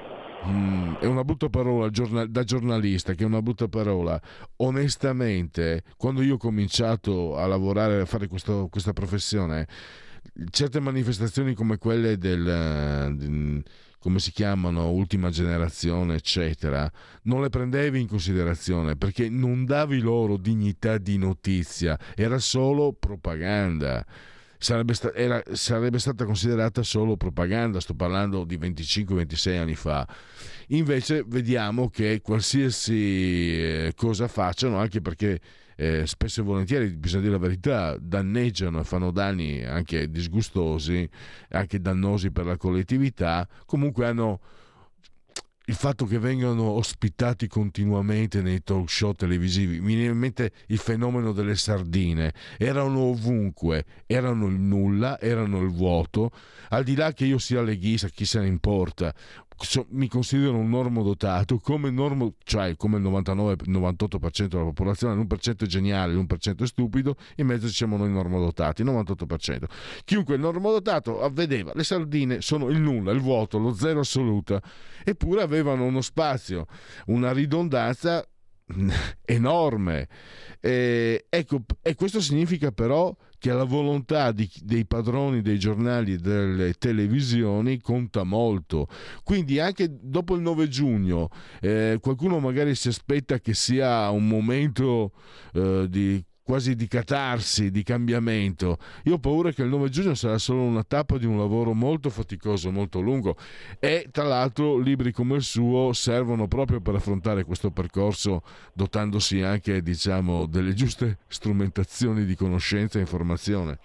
mm, è una brutta parola giornal- da giornalista, che è una brutta parola. Onestamente, quando io ho cominciato a lavorare, a fare questo, questa professione, certe manifestazioni come quelle del, del come si chiamano, ultima generazione, eccetera, non le prendevi in considerazione perché non davi loro dignità di notizia, era solo propaganda. Sarebbe, sta- era, sarebbe stata considerata solo propaganda, sto parlando di venticinque ventisei anni fa. Invece vediamo che qualsiasi eh, cosa facciano, anche perché eh, spesso e volentieri, bisogna dire la verità, danneggiano e fanno danni anche disgustosi, anche dannosi per la collettività, comunque hanno il fatto che vengano ospitati continuamente nei talk show televisivi. Mi viene in mente il fenomeno delle sardine, erano ovunque, erano il nulla, erano il vuoto, al di là che io sia leghista, chi se ne importa. So, mi considero un normodotato, come normo, cioè come il novantanove novantotto per cento della popolazione, l'uno per cento è geniale, l'uno per cento è stupido, in mezzo ci siamo noi normodotati, novantotto per cento. Chiunque è normodotato vedeva le sardine sono il nulla, il vuoto, lo zero assoluto, eppure avevano uno spazio, una ridondanza enorme. E, ecco, e questo significa però che la volontà di, dei padroni dei giornali e delle televisioni conta molto. Quindi anche dopo il nove giugno eh, qualcuno magari si aspetta che sia un momento eh, di quasi di catarsi, di cambiamento. Io ho paura che il nove giugno sarà solo una tappa di un lavoro molto faticoso, molto lungo, e tra l'altro libri come il suo servono proprio per affrontare questo percorso, dotandosi anche, diciamo, delle giuste strumentazioni di conoscenza e informazione.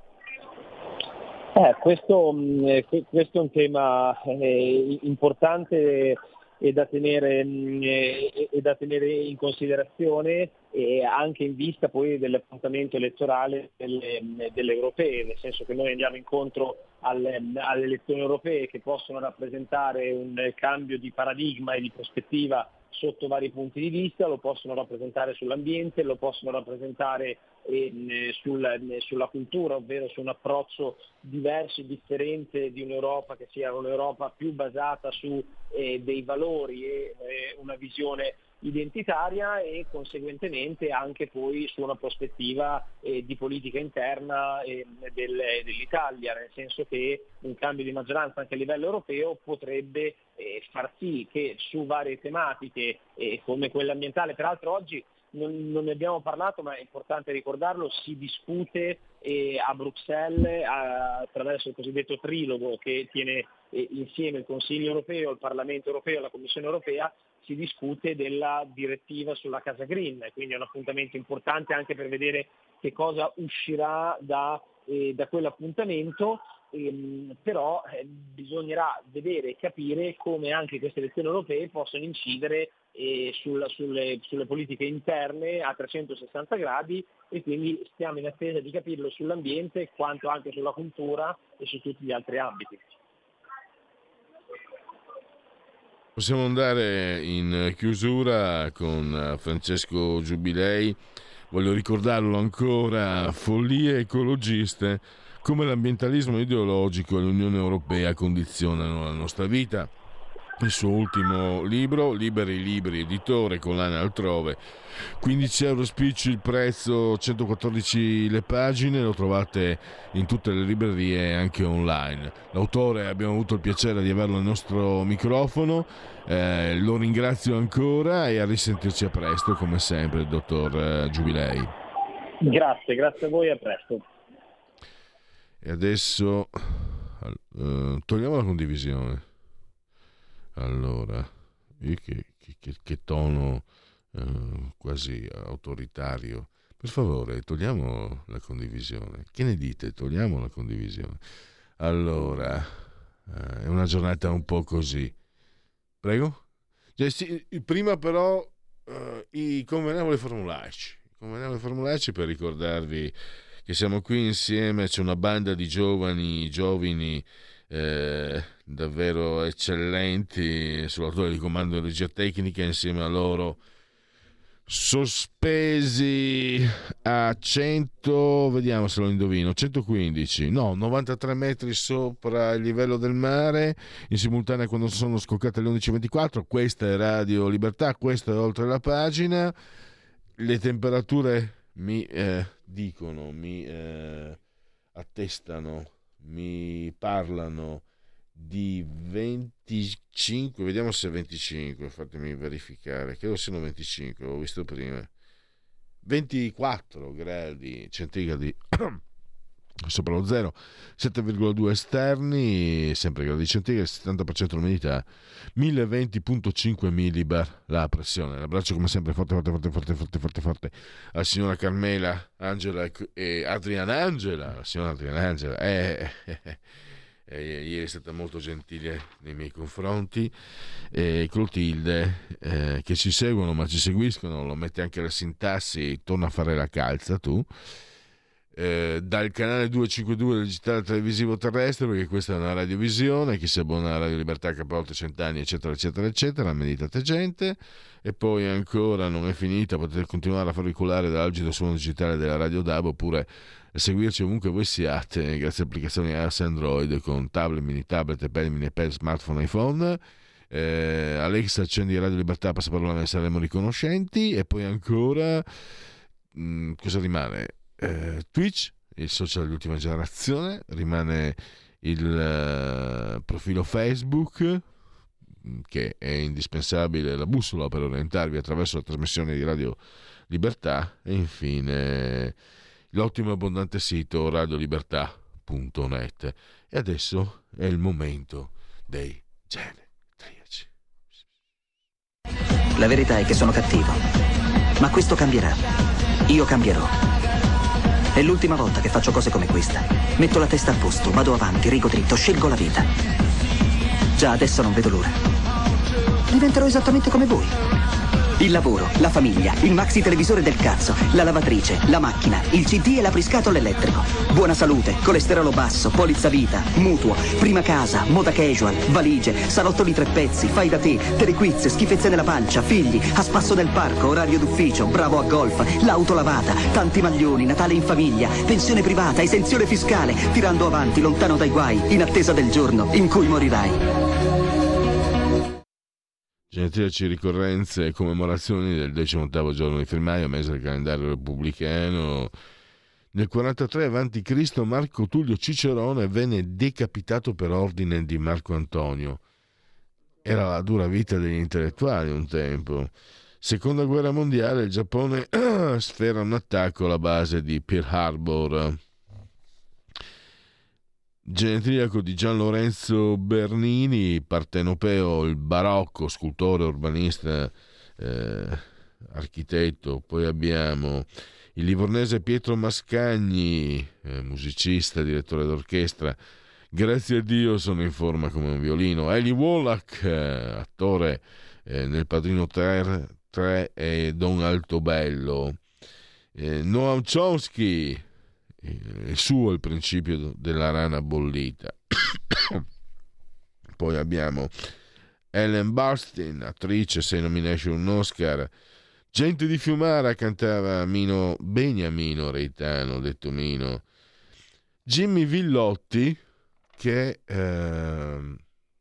Eh, questo, questo è un tema eh, importante e da tenere, e, e da tenere in considerazione, e anche in vista poi dell'appuntamento elettorale delle, delle europee, nel senso che noi andiamo incontro alle, alle elezioni europee che possono rappresentare un cambio di paradigma e di prospettiva sotto vari punti di vista, lo possono rappresentare sull'ambiente, lo possono rappresentare eh, sul, sulla cultura, ovvero su un approccio diverso e differente di un'Europa che sia un'Europa più basata su eh, dei valori e eh, una visione identitaria, e conseguentemente anche poi su una prospettiva eh, di politica interna eh, del, dell'Italia, nel senso che un cambio di maggioranza anche a livello europeo potrebbe eh, far sì che su varie tematiche eh, come quella ambientale, peraltro oggi non, non ne abbiamo parlato ma è importante ricordarlo, si discute eh, a Bruxelles a, attraverso il cosiddetto trilogo che tiene eh, insieme il Consiglio europeo, il Parlamento europeo e la Commissione europea, si discute della direttiva sulla casa green, quindi è un appuntamento importante anche per vedere che cosa uscirà da, eh, da quell'appuntamento, ehm, però eh, bisognerà vedere e capire come anche queste elezioni europee possono incidere eh, sulla, sulle, sulle politiche interne a trecentosessanta gradi, e quindi stiamo in attesa di capirlo sull'ambiente quanto anche sulla cultura e su tutti gli altri ambiti. Possiamo andare in chiusura con Francesco Giubilei. Voglio ricordarlo ancora: follie ecologiste, come l'ambientalismo ideologico e l'Unione Europea condizionano la nostra vita. Il suo ultimo libro, Liberi Libri, editore, collane altrove, quindici euro spicci il prezzo, centoquattordici le pagine, lo trovate in tutte le librerie e anche online. L'autore, abbiamo avuto il piacere di averlo al nostro microfono, eh, lo ringrazio ancora e a risentirci a presto come sempre, dottor Giubilei. Grazie, grazie a voi, a presto. E adesso eh, togliamo la condivisione. Allora, che, che, che tono eh, quasi autoritario. Per favore, togliamo la condivisione. Che ne dite? Togliamo la condivisione. Allora, eh, è una giornata un po' così. Prego? Cioè, sì, prima però eh, i convenevoli formulaici. I convenevoli formulaici per ricordarvi che siamo qui insieme, c'è una banda di giovani, giovani, Eh, davvero eccellenti sull'autore di comando di regia tecnica. Insieme a loro sospesi a cento, vediamo se lo indovino, centoquindici, no, novantatré metri sopra il livello del mare, in simultanea quando sono scoccate le undici e ventiquattro. Questa è Radio Libertà, questo è Oltre la Pagina. Le temperature mi eh, dicono, mi eh, attestano, mi parlano di venticinque, vediamo se è venticinque, fatemi verificare, credo siano venticinque, l'ho visto prima, ventiquattro gradi centigradi sopra lo zero, sette virgola due esterni, sempre gradi centigradi, settanta per cento l'umidità, mille venti virgola cinque millibar la pressione. L'abbraccio come sempre forte forte forte forte forte forte forte alla signora Carmela Angela e Adriana Angela, la signora Adriana Angela eh, eh, eh. Eh, ieri è stata molto gentile nei miei confronti, e Clotilde eh, che ci seguono ma ci seguiscono, lo mette anche la sintassi, torna a fare la calza tu, eh, dal canale duecentocinquantadue del digitale televisivo terrestre, perché questa è una radiovisione, chi si abbona a Radio Libertà che ha oltre cent'anni eccetera eccetera eccetera, meditate gente. E poi ancora non è finita, potete continuare a farvicolare dall'algido suono digitale della Radio D A B, oppure seguirci ovunque voi siate grazie a applicazioni iOS e Android con tablet, mini tablet, iPad, mini iPad, smartphone, iPhone. eh, Alexa, accendi Radio Libertà, passaparola, ne saremo riconoscenti. E poi ancora mh, cosa rimane? Eh, Twitch, il social di ultima generazione, rimane il uh, profilo Facebook, che è indispensabile, la bussola per orientarvi attraverso la trasmissione di Radio Libertà, e infine l'ottimo e abbondante sito radiolibertà punto net. E adesso è il momento dei genetriaci. La verità è che sono cattivo, ma questo cambierà. Io cambierò. È l'ultima volta che faccio cose come questa. Metto la testa a posto, vado avanti, rigo dritto, scelgo la vita. Già adesso non vedo l'ora. Diventerò esattamente come voi. Il lavoro, la famiglia, il maxi televisore del cazzo, la lavatrice, la macchina, il C D e l'apriscatole elettrico. Buona salute, colesterolo basso, polizza vita, mutuo, prima casa, moda casual, valigie, salottoli tre pezzi, fai da te, telequiz, schifezze nella pancia, figli, a spasso nel parco, orario d'ufficio, bravo a golf, l'auto lavata, tanti maglioni, Natale in famiglia, pensione privata, esenzione fiscale, tirando avanti, lontano dai guai, in attesa del giorno in cui morirai. Genetriaci, ricorrenze e commemorazioni del decimottavo giorno di Febbraio, mese del calendario repubblicano. Nel quarantatré avanti Cristo Marco Tullio Cicerone venne decapitato per ordine di Marco Antonio. Era la dura vita degli intellettuali un tempo. Seconda guerra mondiale, il Giappone sfera un attacco alla base di Pearl Harbor. Genetriaco di Gian Lorenzo Bernini, partenopeo, il barocco, scultore, urbanista, eh, architetto. Poi abbiamo il livornese Pietro Mascagni, eh, musicista, direttore d'orchestra. Grazie a Dio sono in forma come un violino. Eli Wallach, eh, attore eh, nel Padrino tre e Don Altobello. Eh, Noam Chomsky, il suo Il principio della rana bollita. Poi abbiamo Ellen Burstyn, attrice, sei nomination un Oscar. Gente di Fiumara, cantava Mino Beniamino Reitano, detto Mino. Jimmy Villotti, che ehm,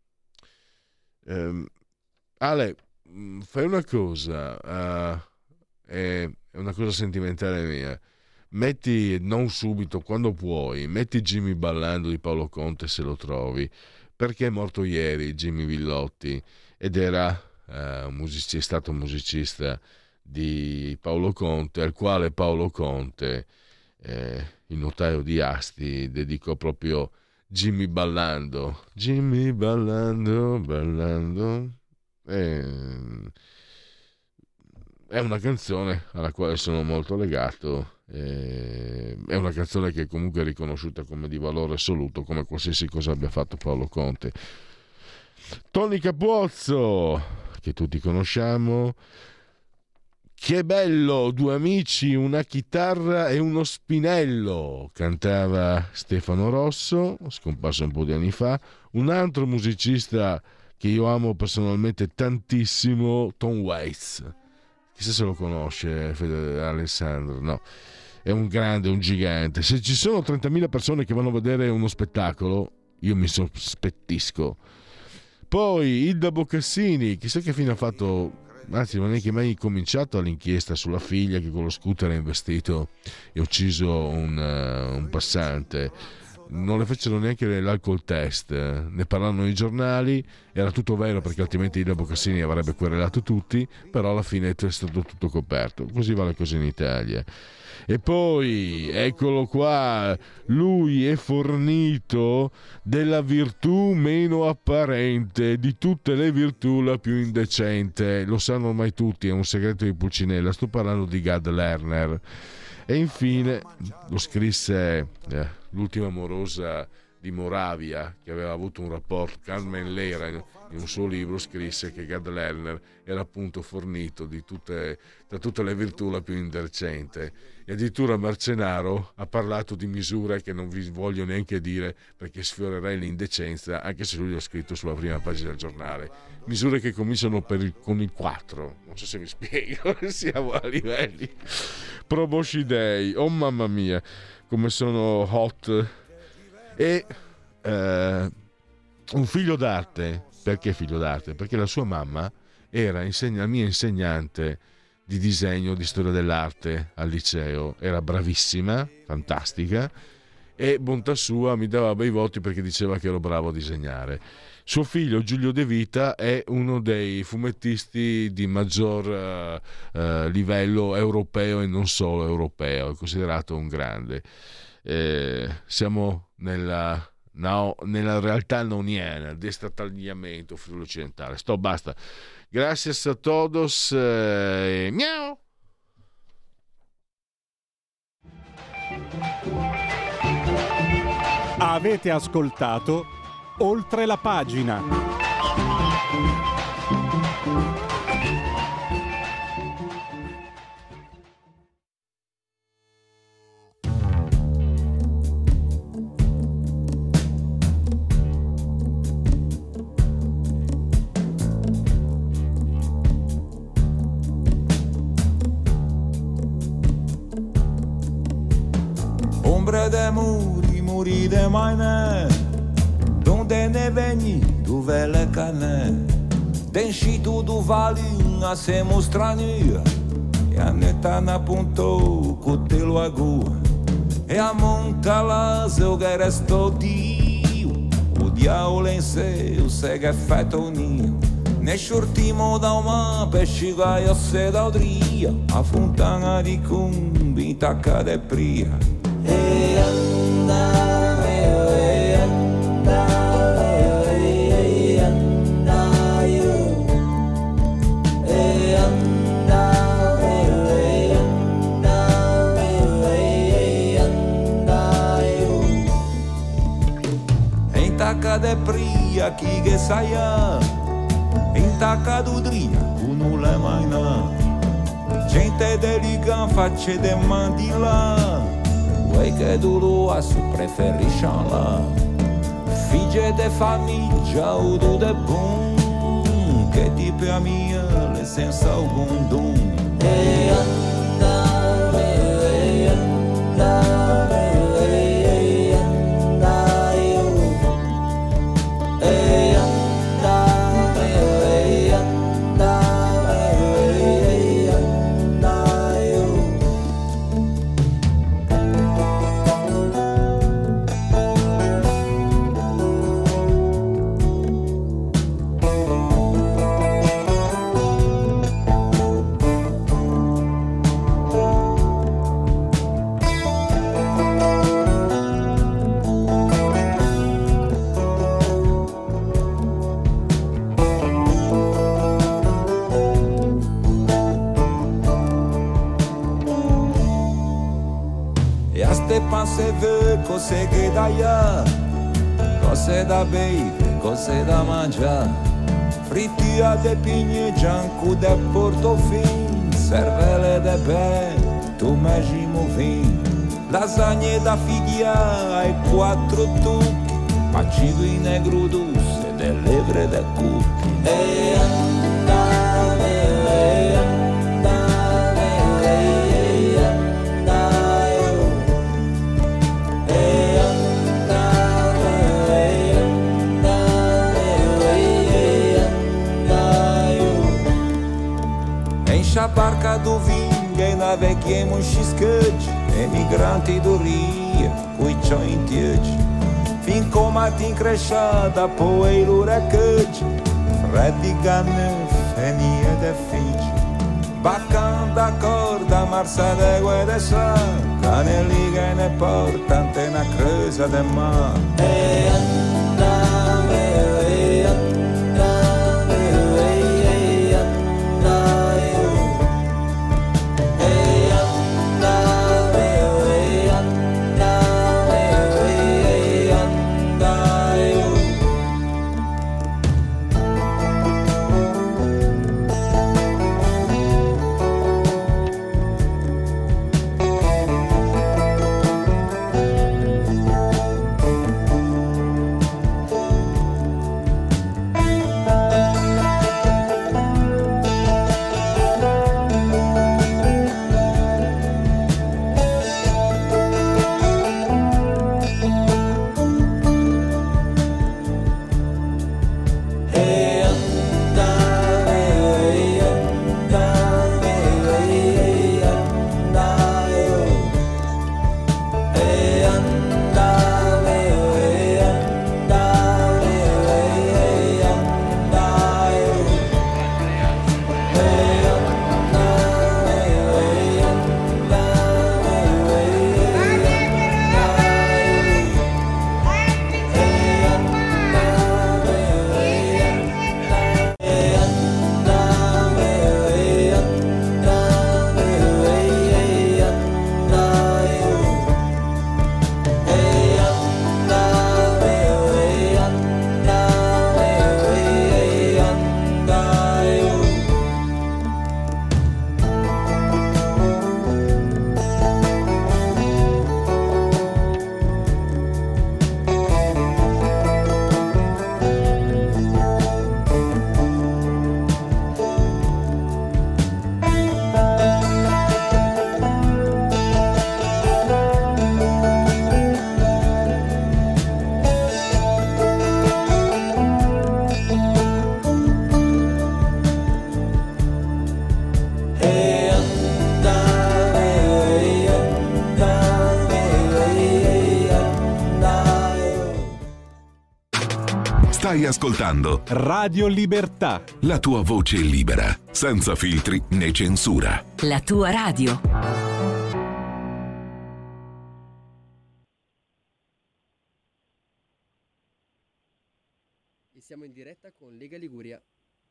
ehm, Ale, fai una cosa, uh, è, è una cosa sentimentale mia. Metti, non subito, quando puoi, metti Jimmy Ballando di Paolo Conte se lo trovi, perché è morto ieri Jimmy Villotti ed era uh, un musicista, è stato un musicista di Paolo Conte, al quale Paolo Conte, eh, il notaio di Asti, dedicò proprio Jimmy Ballando. Jimmy Ballando, ballando. Eh, è una canzone alla quale sono molto legato. Eh, è una canzone che comunque è riconosciuta come di valore assoluto, come qualsiasi cosa abbia fatto Paolo Conte. Tony Capuzzo, che tutti conosciamo. Che bello, due amici, una chitarra e uno spinello, cantava Stefano Rosso, scomparso un po' di anni fa. Un altro musicista che io amo personalmente tantissimo, Tom Waits, chissà se lo conosce Alessandro, no, è un grande, un gigante. Se ci sono trentamila persone che vanno a vedere uno spettacolo, io mi sospettisco. Poi Ilda Boccassini, chissà che fine ha fatto, anzi non è neanche mai cominciato l'inchiesta sulla figlia che con lo scooter ha investito e ucciso un, uh, un passante. Non le fecero neanche l'alcol test, ne parlarono i giornali, era tutto vero perché altrimenti Ilda Boccassini avrebbe querelato tutti, però alla fine è stato tutto coperto. Così va la cosa in Italia. E poi eccolo qua, lui è fornito della virtù meno apparente, di tutte le virtù la più indecente, lo sanno ormai tutti, è un segreto di Pulcinella, sto parlando di Gad Lerner. E infine lo scrisse eh, l'ultima amorosa di Moravia, che aveva avuto un rapporto, Carmen Lera, in, in un suo libro scrisse che Gad Lerner era appunto fornito di tutte, da tutte le virtù la più indecente. E addirittura Marcenaro ha parlato di misure che non vi voglio neanche dire perché sfiorerei l'indecenza, anche se lui l'ha scritto sulla prima pagina del giornale. Misure che cominciano per il, con il quattro, non so se mi spiego, siamo a livelli proboscidei, oh mamma mia come sono hot. E eh, un figlio d'arte, perché figlio d'arte? Perché la sua mamma era insegna, mia insegnante di disegno, di storia dell'arte al liceo, era bravissima, fantastica, e bontà sua mi dava bei voti perché diceva che ero bravo a disegnare. Suo figlio Giulio De Vita è uno dei fumettisti di maggior uh, uh, livello europeo e non solo europeo, è considerato un grande. Eh, siamo nella, no, nella realtà noniana, destatagliamento friuli occidentale. Sto, basta. Gracias a todos. Eh, miau. Avete ascoltato Oltre la pagina. Ombre de muri, muri de maine, donde ne veni, tu vele cane, denșitu du valina se mostrania, e a neta na punto cu telo agu, e a monta las eu geresto dio, o diavolo em seu segue fetoninho, ne shurtimo da uma pesciga io se da odria, a fontana di cumbi tacca de pria. E anda, e anda, e anda io, e anda, e anda, e anda io. In tacca de pria chi che saia, in tacca d'udria cu non le mai na, gente delica facce de mandila. Vuoi che duro si preferisce là, figlie de famiglia o do de bun, che ti per mia le senza alcun dun. E andare, e andare, e andare io, e andare, e andare, e andare io. Se vê cose che da ia, cose da bere, cose da mangiare, frittia de pigne, gianco de portofin, cervelle de be, tu mesmo vin, lasagne da figlia e quattro tucchi, pacido in negro dulce, de levre de cucchi. E andare, e andare. tanti durie, qui c'ho in dieci, fin come ti incresciata, poi l'ora che freddi ganne, fenie de figi, baccan d'accorda, marsate guede sa, cane lì che ne porta, antena cresa de ma. E andame, e andame, e andame, e andame, e andame, e andame. Stai ascoltando Radio Libertà. La tua voce libera, senza filtri né censura. La tua radio. E siamo in diretta con Lega Liguria.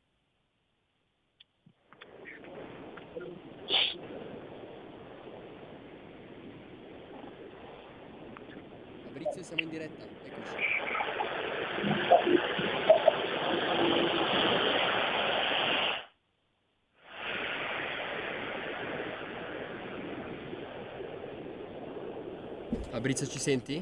Fabrizio, siamo in diretta, eccoci. Fabrizio, ci senti?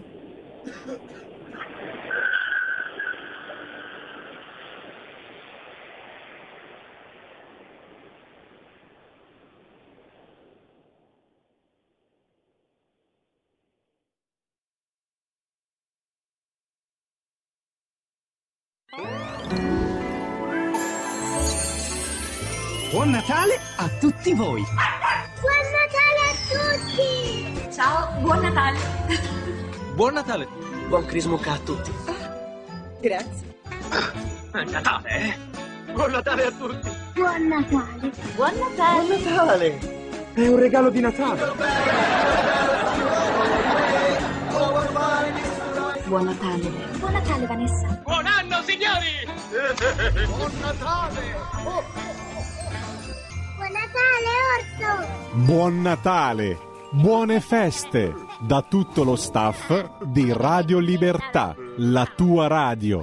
Buon Natale a tutti voi! Buon Natale a tutti! Ciao, buon Natale! Buon Natale! Buon Crismuca a tutti! Grazie! È Natale, eh? Buon Natale a tutti! Buon Natale! Buon Natale! Buon Natale! È un regalo di Natale! Buon Natale! Buon Natale, Vanessa! Buon anno, signori! Buon Natale! Oh. Buon Natale, Orso! Buon Natale! Buone feste da tutto lo staff di Radio Libertà, la tua radio.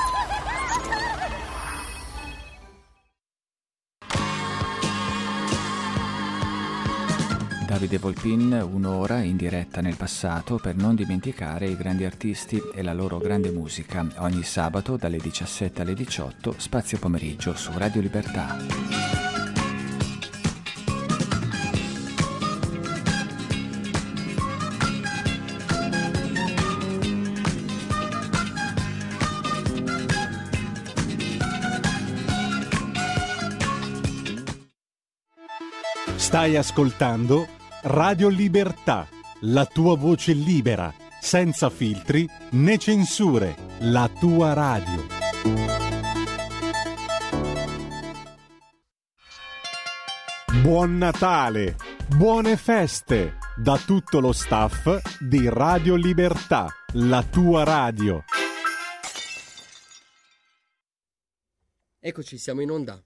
Davide Volpin, un'ora in diretta nel passato per non dimenticare i grandi artisti e la loro grande musica. Ogni sabato dalle diciassette alle diciotto, spazio pomeriggio su Radio Libertà. Stai ascoltando Radio Libertà, la tua voce libera, senza filtri né censure, la tua radio. Buon Natale, buone feste da tutto lo staff di Radio Libertà, la tua radio. Eccoci, siamo in onda.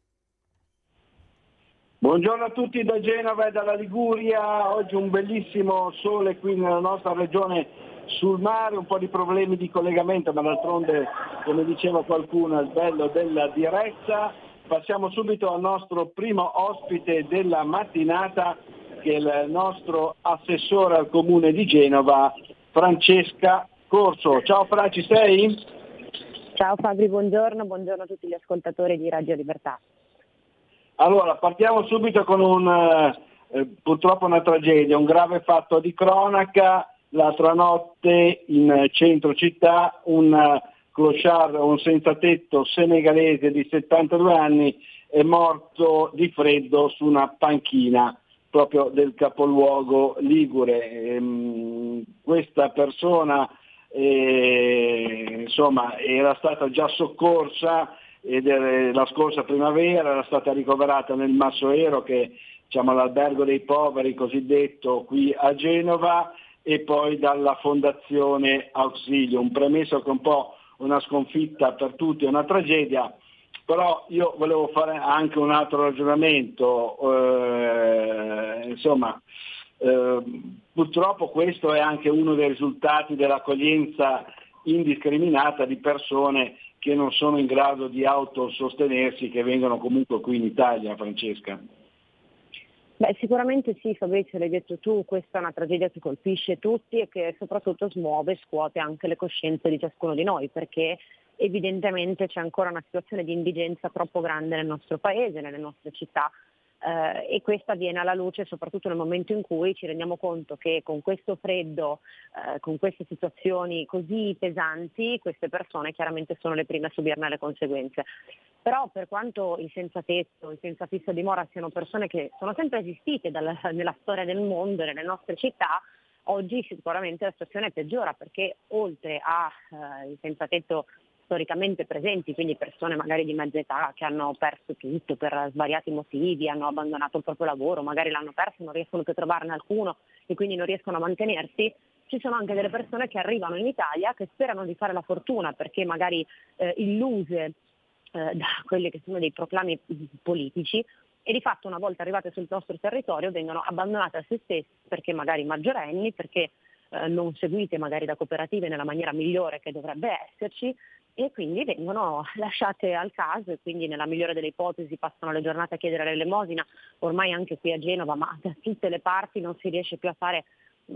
Buongiorno a tutti da Genova e dalla Liguria. Oggi un bellissimo sole qui nella nostra regione sul mare, un po' di problemi di collegamento, ma d'altronde, come diceva qualcuno, è il bello della diretta. Passiamo subito al nostro primo ospite della mattinata, che è il nostro assessore al comune di Genova, Francesca Corso. Ciao Fra, ci sei? Ciao Fabri, buongiorno, buongiorno a tutti gli ascoltatori di Radio Libertà. Allora, partiamo subito con un eh, purtroppo una tragedia, un grave fatto di cronaca. L'altra notte in centro città un clochard, un senzatetto senegalese di settantadue anni è morto di freddo su una panchina proprio del capoluogo ligure. Ehm, questa persona eh, insomma era stata già soccorsa ed era la scorsa primavera, era stata ricoverata nel Massoero, che diciamo l'albergo dei poveri cosiddetto qui a Genova, e poi dalla Fondazione Auxilium. Premesso che un po' una sconfitta per tutti, una tragedia, però io volevo fare anche un altro ragionamento, eh, insomma eh, purtroppo questo è anche uno dei risultati dell'accoglienza indiscriminata di persone che non sono in grado di autosostenersi, che vengono comunque qui in Italia, Francesca. Beh, sicuramente sì, Fabrizio, l'hai detto tu, questa è una tragedia che colpisce tutti e che soprattutto smuove e scuote anche le coscienze di ciascuno di noi, perché evidentemente c'è ancora una situazione di indigenza troppo grande nel nostro paese, nelle nostre città. Eh, e questa viene alla luce soprattutto nel momento in cui ci rendiamo conto che con questo freddo, eh, con queste situazioni così pesanti, queste persone chiaramente sono le prime a subirne le conseguenze. Però per quanto il senza tetto, il senza fissa dimora siano persone che sono sempre esistite dalla, nella storia del mondo e nelle nostre città, oggi sicuramente la situazione peggiora, perché oltre ai eh, senza tetto storicamente presenti, quindi persone magari di mezza età che hanno perso tutto per svariati motivi, hanno abbandonato il proprio lavoro, magari l'hanno perso e non riescono più a trovarne alcuno e quindi non riescono a mantenersi, ci sono anche delle persone che arrivano in Italia che sperano di fare la fortuna perché magari eh, illuse eh, da quelli che sono dei proclami politici, e di fatto una volta arrivate sul nostro territorio vengono abbandonate a se stesse perché magari maggiorenni, perché eh, non seguite magari da cooperative nella maniera migliore che dovrebbe esserci, e quindi vengono lasciate al caso e quindi nella migliore delle ipotesi passano le giornate a chiedere l'elemosina. Ormai anche qui a Genova, ma da tutte le parti non si riesce più a fare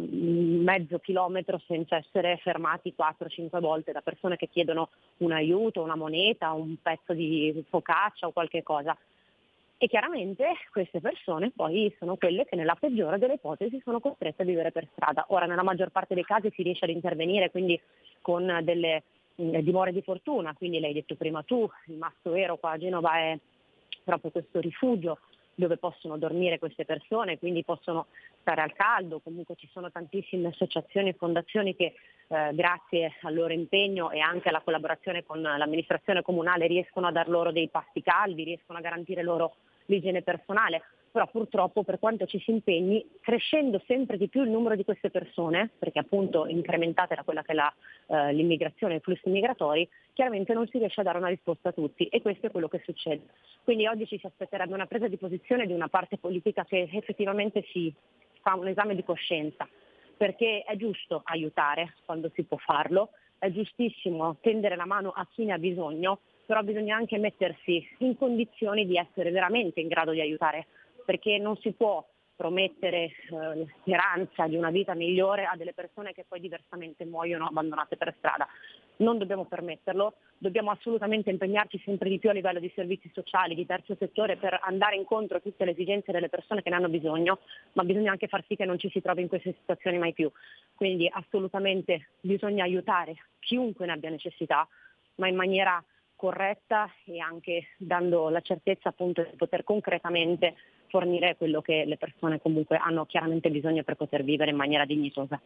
mezzo chilometro senza essere fermati quattro cinque volte da persone che chiedono un aiuto, una moneta, un pezzo di focaccia o qualche cosa. E chiaramente queste persone poi sono quelle che nella peggiore delle ipotesi sono costrette a vivere per strada. Ora nella maggior parte dei casi si riesce ad intervenire quindi con delle mh, dimore di fortuna, quindi l'hai detto prima tu, il Massoero qua a Genova è proprio questo rifugio dove possono dormire queste persone, quindi possono stare al caldo. Comunque ci sono tantissime associazioni e fondazioni che eh, grazie al loro impegno e anche alla collaborazione con l'amministrazione comunale riescono a dar loro dei pasti caldi, riescono a garantire loro l'igiene personale. Però purtroppo per quanto ci si impegni, crescendo sempre di più il numero di queste persone, perché appunto incrementate da quella che è la, eh, l'immigrazione e i flussi migratori, chiaramente non si riesce a dare una risposta a tutti e questo è quello che succede. Quindi oggi ci si aspetterebbe una presa di posizione di una parte politica che effettivamente si fa un esame di coscienza, perché è giusto aiutare quando si può farlo, è giustissimo tendere la mano a chi ne ha bisogno, però bisogna anche mettersi in condizioni di essere veramente in grado di aiutare, perché non si può promettere eh, la speranza di una vita migliore a delle persone che poi diversamente muoiono abbandonate per strada. Non dobbiamo permetterlo, dobbiamo assolutamente impegnarci sempre di più a livello di servizi sociali, di terzo settore, per andare incontro a tutte le esigenze delle persone che ne hanno bisogno, ma bisogna anche far sì che non ci si trovi in queste situazioni mai più. Quindi assolutamente bisogna aiutare chiunque ne abbia necessità, ma in maniera corretta e anche dando la certezza appunto di poter concretamente fornire quello che le persone comunque hanno chiaramente bisogno per poter vivere in maniera dignitosa.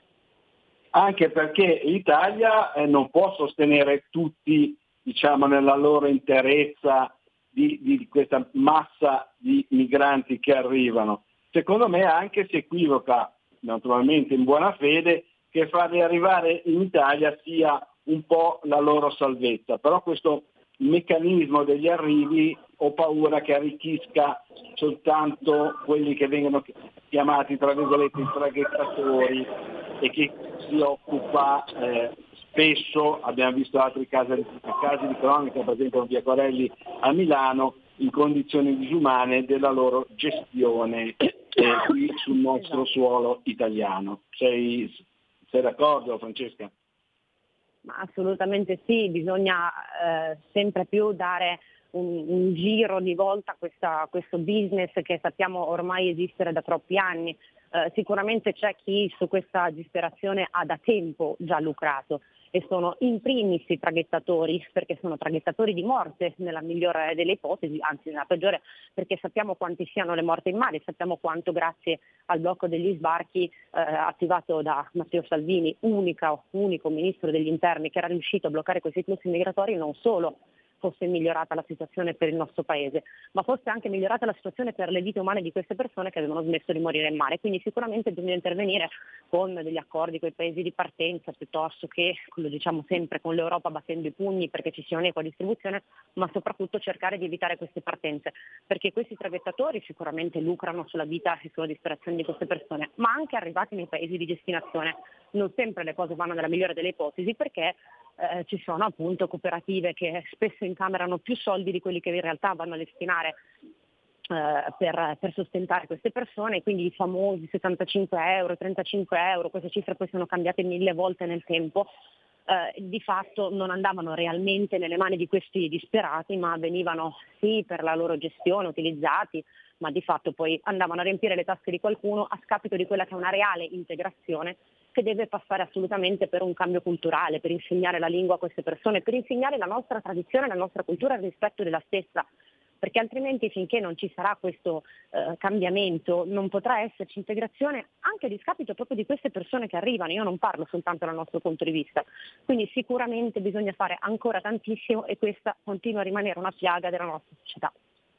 Anche perché l'Italia eh, non può sostenere tutti, diciamo, nella loro interezza di, di questa massa di migranti che arrivano. Secondo me anche si equivoca, naturalmente in buona fede, che farli arrivare in Italia sia un po' la loro salvezza, però questo meccanismo degli arrivi ho paura che arricchisca soltanto quelli che vengono chiamati tra virgolette i traghettatori e che si occupa eh, spesso, abbiamo visto altri casi, casi di cronaca, per esempio via Corelli a Milano, in condizioni disumane della loro gestione eh, qui sul nostro suolo italiano. Sei, sei d'accordo, Francesca? Ma assolutamente sì, bisogna eh, sempre più dare un, un giro di volta a questa, questo business che sappiamo ormai esistere da troppi anni. Eh, sicuramente c'è chi su questa disperazione ha da tempo già lucrato e sono in primis i traghettatori, perché sono traghettatori di morte nella migliore delle ipotesi, anzi nella peggiore, perché sappiamo quanti siano le morti in mare, sappiamo quanto grazie al blocco degli sbarchi eh, attivato da Matteo Salvini, unica, unico ministro degli interni che era riuscito a bloccare questi flussi migratori, non solo fosse migliorata la situazione per il nostro paese, ma fosse anche migliorata la situazione per le vite umane di queste persone che avevano smesso di morire in mare. Quindi sicuramente bisogna intervenire con degli accordi con i paesi di partenza, piuttosto che, lo diciamo sempre, con l'Europa battendo i pugni perché ci sia un'equa distribuzione, ma soprattutto cercare di evitare queste partenze, perché questi traghettatori sicuramente lucrano sulla vita e sulla disperazione di queste persone, ma anche arrivati nei paesi di destinazione. Non sempre le cose vanno nella migliore delle ipotesi, perché eh, ci sono appunto cooperative che spesso incamerano più soldi di quelli che in realtà vanno a destinare eh, per, per sostentare queste persone, quindi i famosi settantacinque euro, trentacinque euro, queste cifre poi sono cambiate mille volte nel tempo, eh, di fatto non andavano realmente nelle mani di questi disperati, ma venivano sì per la loro gestione utilizzati, ma di fatto poi andavano a riempire le tasche di qualcuno a scapito di quella che è una reale integrazione che deve passare assolutamente per un cambio culturale, per insegnare la lingua a queste persone, per insegnare la nostra tradizione, la nostra cultura e il rispetto della stessa, perché altrimenti finché non ci sarà questo eh, cambiamento non potrà esserci integrazione anche a discapito proprio di queste persone che arrivano. Io non parlo soltanto dal nostro punto di vista, quindi sicuramente bisogna fare ancora tantissimo e questa continua a rimanere una piaga della nostra società.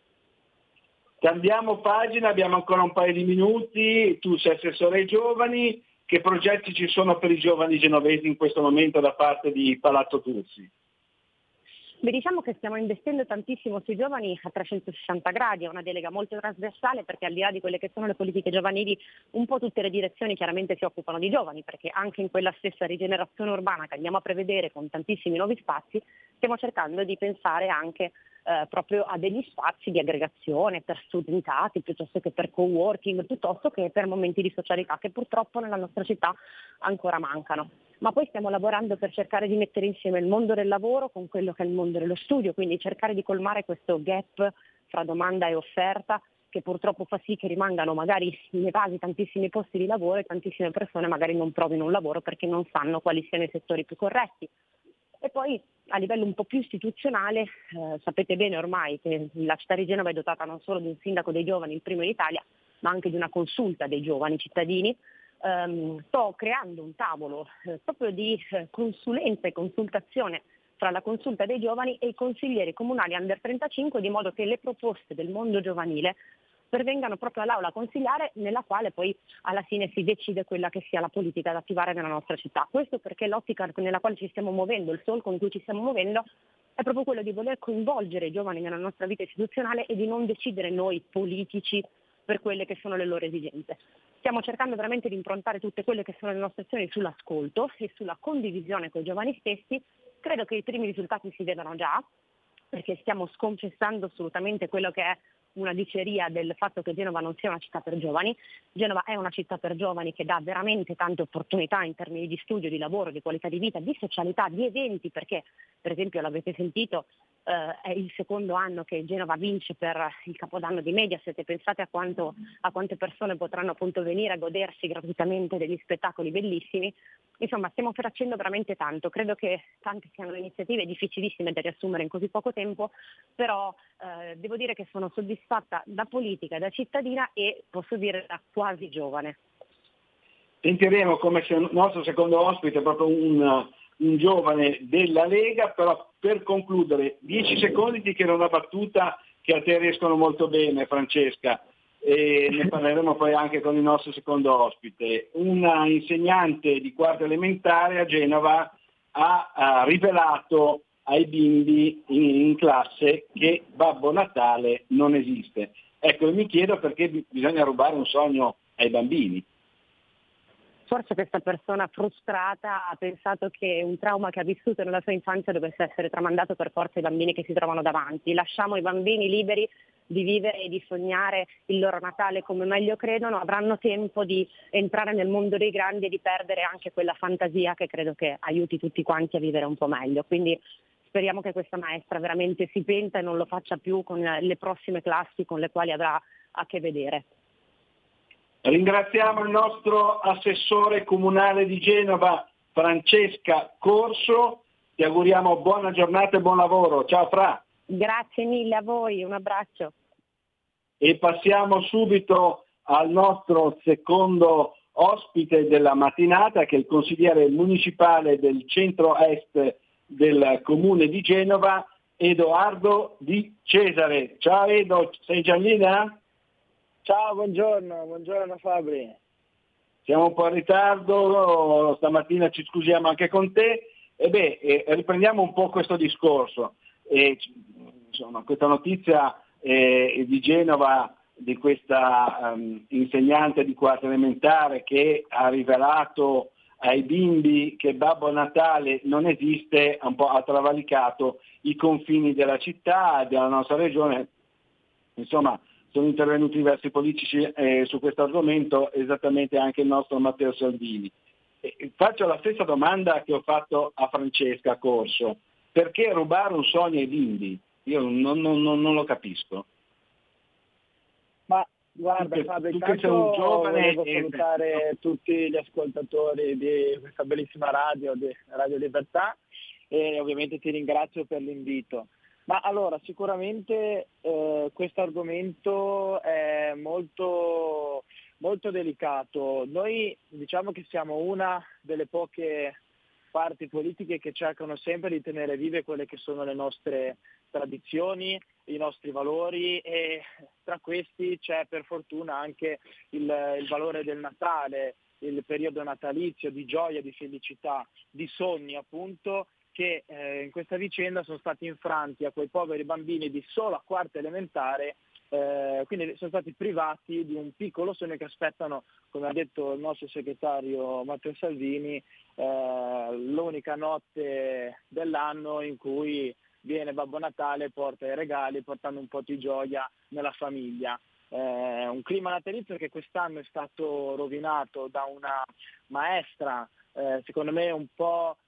Cambiamo pagina, abbiamo ancora un paio di minuti, tu sei assessore ai giovani, che progetti ci sono per i giovani genovesi in questo momento da parte di Palazzo Tursi? Beh, diciamo che stiamo investendo tantissimo sui giovani a trecentosessanta gradi, è una delega molto trasversale perché al di là di quelle che sono le politiche giovanili un po' tutte le direzioni chiaramente si occupano di giovani, perché anche in quella stessa rigenerazione urbana che andiamo a prevedere con tantissimi nuovi spazi stiamo cercando di pensare anche eh, proprio a degli spazi di aggregazione per studentati piuttosto che per co-working, piuttosto che per momenti di socialità che purtroppo nella nostra città ancora mancano. Ma poi stiamo lavorando per cercare di mettere insieme il mondo del lavoro con quello che è il mondo dello studio, quindi cercare di colmare questo gap fra domanda e offerta che purtroppo fa sì che rimangano magari inevasi tantissimi posti di lavoro e tantissime persone magari non trovino un lavoro perché non sanno quali siano i settori più corretti. E poi a livello un po' più istituzionale, eh, sapete bene ormai che la città di Genova è dotata non solo di un sindaco dei giovani, il primo in Italia, ma anche di una consulta dei giovani cittadini. Um, sto creando un tavolo eh, proprio di eh, consulenza e consultazione tra la consulta dei giovani e i consiglieri comunali under trentacinque, di modo che le proposte del mondo giovanile pervengano proprio all'aula consigliare, nella quale poi alla fine si decide quella che sia la politica da attivare nella nostra città. Questo perché l'ottica nella quale ci stiamo muovendo, il solco in cui ci stiamo muovendo, è proprio quello di voler coinvolgere i giovani nella nostra vita istituzionale e di non decidere noi politici per quelle che sono le loro esigenze. Stiamo cercando veramente di improntare tutte quelle che sono le nostre azioni sull'ascolto e sulla condivisione con i giovani stessi. Credo che i primi risultati si vedano già, perché stiamo sconfessando assolutamente quello che è una diceria del fatto che Genova non sia una città per giovani. Genova è una città per giovani che dà veramente tante opportunità in termini di studio, di lavoro, di qualità di vita, di socialità, di eventi, perché per esempio l'avete sentito, eh, è il secondo anno che Genova vince per il Capodanno di Mediaset, e pensate a, quanto, a quante persone potranno appunto venire a godersi gratuitamente degli spettacoli bellissimi. Insomma, stiamo facendo veramente tanto, credo che tante siano le iniziative difficilissime da riassumere in così poco tempo, però eh, devo dire che sono soddisfatta da politica, da cittadina e posso dire da quasi giovane. Sentiremo come se il nostro secondo ospite è proprio un, un giovane della Lega, però per concludere, dieci secondi ti chiedo una battuta che a te riescono molto bene, Francesca, e ne parleremo poi anche con il nostro secondo ospite. Una insegnante di quarta elementare a Genova ha, ha rivelato ai bimbi in, in classe che Babbo Natale non esiste. Ecco, mi chiedo perché bisogna rubare un sogno ai bambini. Forse questa persona frustrata ha pensato che un trauma che ha vissuto nella sua infanzia dovesse essere tramandato per forza ai bambini che si trovano davanti. Lasciamo i bambini liberi di vivere e di sognare il loro Natale come meglio credono, avranno tempo di entrare nel mondo dei grandi e di perdere anche quella fantasia che credo che aiuti tutti quanti a vivere un po' meglio. Quindi speriamo che questa maestra veramente si penta e non lo faccia più con le prossime classi con le quali avrà a che vedere. Ringraziamo il nostro assessore comunale di Genova, Francesca Corso, ti auguriamo buona giornata e buon lavoro. Ciao Fra. Grazie mille a voi, un abbraccio. E passiamo subito al nostro secondo ospite della mattinata, che è il consigliere municipale del centro-est del comune di Genova, Edoardo Di Cesare. Ciao Edo, sei già in linea? Ciao, buongiorno, buongiorno Fabri. Siamo un po' in ritardo, stamattina ci scusiamo anche con te. E beh, eh, riprendiamo un po' questo discorso. E, insomma, questa notizia eh, di Genova, di questa um, insegnante di quarta elementare che ha rivelato ai bimbi che Babbo Natale non esiste, un po' ha travalicato i confini della città, della nostra regione. Insomma, sono intervenuti diversi politici eh, su questo argomento, esattamente anche il nostro Matteo Salvini. E faccio la stessa domanda che ho fatto a Francesca Corso: perché rubare un sogno ai bimbi? Io non, non, non, non lo capisco. Ma guarda Fabio, intanto un giovane volevo e... salutare tutti gli ascoltatori di questa bellissima radio, di Radio Libertà, e ovviamente ti ringrazio per l'invito. Ma allora, sicuramente eh, questo argomento è molto, molto delicato. Noi diciamo che siamo una delle poche parti politiche che cercano sempre di tenere vive quelle che sono le nostre tradizioni, i nostri valori, e tra questi c'è per fortuna anche il, il valore del Natale, il periodo natalizio di gioia, di felicità, di sogni appunto, che eh, in questa vicenda sono stati infranti a quei poveri bambini di sola quarta elementare, eh, quindi sono stati privati di un piccolo sogno che aspettano, come ha detto il nostro segretario Matteo Salvini, eh, l'unica notte dell'anno in cui viene Babbo Natale e porta i regali, portando un po' di gioia nella famiglia. Eh, un clima natalizio che quest'anno è stato rovinato da una maestra, eh, secondo me un po'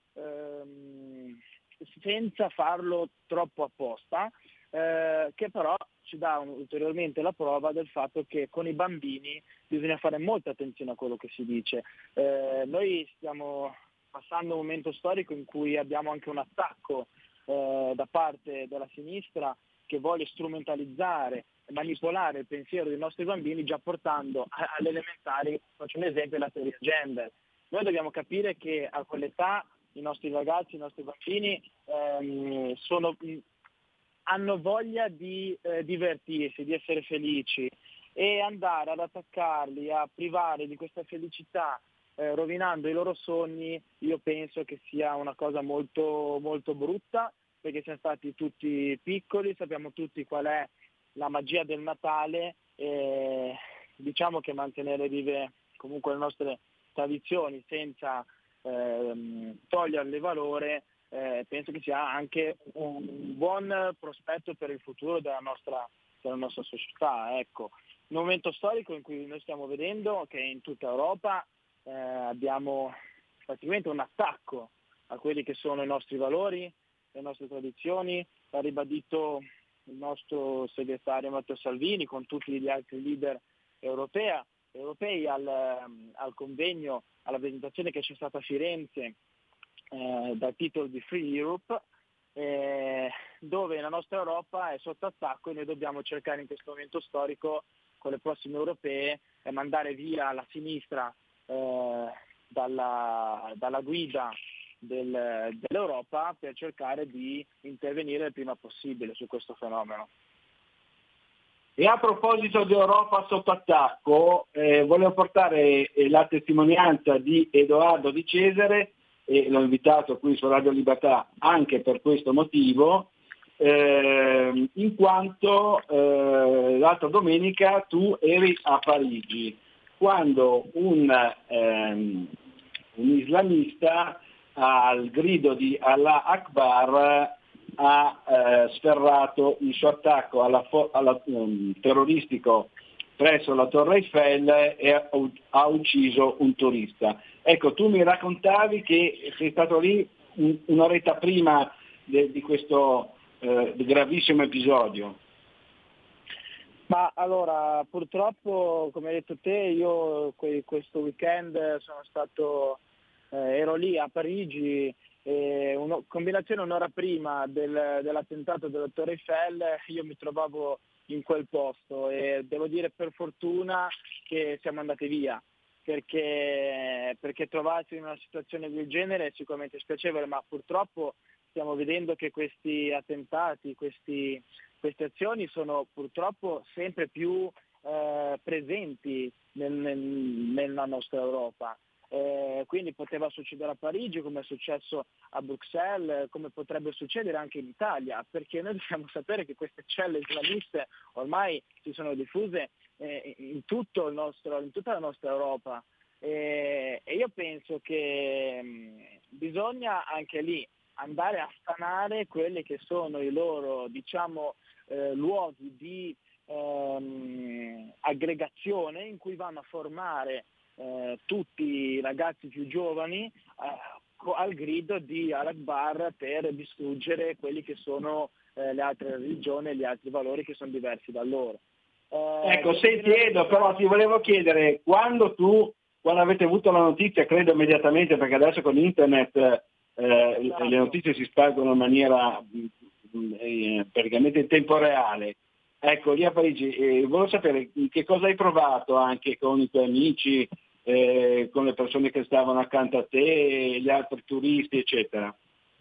senza farlo troppo apposta, eh, che però ci dà un, ulteriormente la prova del fatto che con i bambini bisogna fare molta attenzione a quello che si dice. Eh, noi stiamo passando un momento storico in cui abbiamo anche un attacco eh, da parte della sinistra che vuole strumentalizzare e manipolare il pensiero dei nostri bambini, già portando alle elementari, faccio un esempio, la teoria gender. Noi dobbiamo capire che a quell'età i nostri ragazzi, i nostri bambini ehm, sono, hanno voglia di eh, divertirsi, di essere felici, e andare ad attaccarli, a privare di questa felicità, eh, rovinando i loro sogni, io penso che sia una cosa molto, molto brutta, perché siamo stati tutti piccoli, sappiamo tutti qual è la magia del Natale, e diciamo che mantenere vive comunque le nostre tradizioni senza Ehm, toglierle valore, eh, penso che sia anche un buon prospetto per il futuro della nostra, della nostra società. Ecco, un momento storico in cui noi stiamo vedendo che in tutta Europa eh, abbiamo praticamente un attacco a quelli che sono i nostri valori, le nostre tradizioni, l'ha ribadito il nostro segretario Matteo Salvini con tutti gli altri leader europea, europei al, al convegno, alla presentazione che c'è stata a Firenze eh, dal titolo di Free Europe, eh, dove la nostra Europa è sotto attacco e noi dobbiamo cercare in questo momento storico con le prossime europee e mandare via la sinistra eh, dalla, dalla guida del, dell'Europa per cercare di intervenire il prima possibile su questo fenomeno. E a proposito di Europa sotto attacco, eh, volevo portare eh, la testimonianza di Edoardo Di Cesare, e l'ho invitato qui su Radio Libertà anche per questo motivo, eh, in quanto eh, l'altra domenica tu eri a Parigi, quando un, ehm, un islamista al grido di Allah Akbar ha eh, sferrato il suo attacco alla fo- alla, um, terroristico presso la Torre Eiffel e ha, ha ucciso un turista. Ecco, tu mi raccontavi che sei stato lì un, un'oretta prima de, di questo eh, gravissimo episodio. Ma allora, purtroppo, come hai detto te, io que- questo weekend sono stato, eh, ero lì a Parigi, e una combinazione un'ora prima del, dell'attentato della Torre Eiffel, io mi trovavo in quel posto e devo dire per fortuna che siamo andati via, perché, perché trovarsi in una situazione del genere è sicuramente spiacevole, ma purtroppo stiamo vedendo che questi attentati, questi, queste azioni sono purtroppo sempre più eh, presenti nel, nel, nella nostra Europa. Eh, quindi poteva succedere a Parigi, come è successo a Bruxelles, come potrebbe succedere anche in Italia, perché noi dobbiamo sapere che queste celle islamiste ormai si sono diffuse eh, in, tutto il nostro, in tutta la nostra Europa eh, e io penso che mh, bisogna anche lì andare a stanare quelli che sono i loro, diciamo, eh, luoghi di ehm, aggregazione in cui vanno a formare Eh, tutti i ragazzi più giovani eh, al grido di Al-Akbar per distruggere quelli che sono eh, le altre religioni e gli altri valori che sono diversi da loro. Eh, ecco, senti Edo, però ti volevo chiedere, quando tu, quando avete avuto la notizia, credo immediatamente, perché adesso con internet eh, esatto. le notizie si spargono in maniera eh, praticamente in tempo reale. Ecco, lì a Parigi, eh, volevo sapere che cosa hai provato anche con i tuoi amici, eh, con le persone che stavano accanto a te, gli altri turisti, eccetera.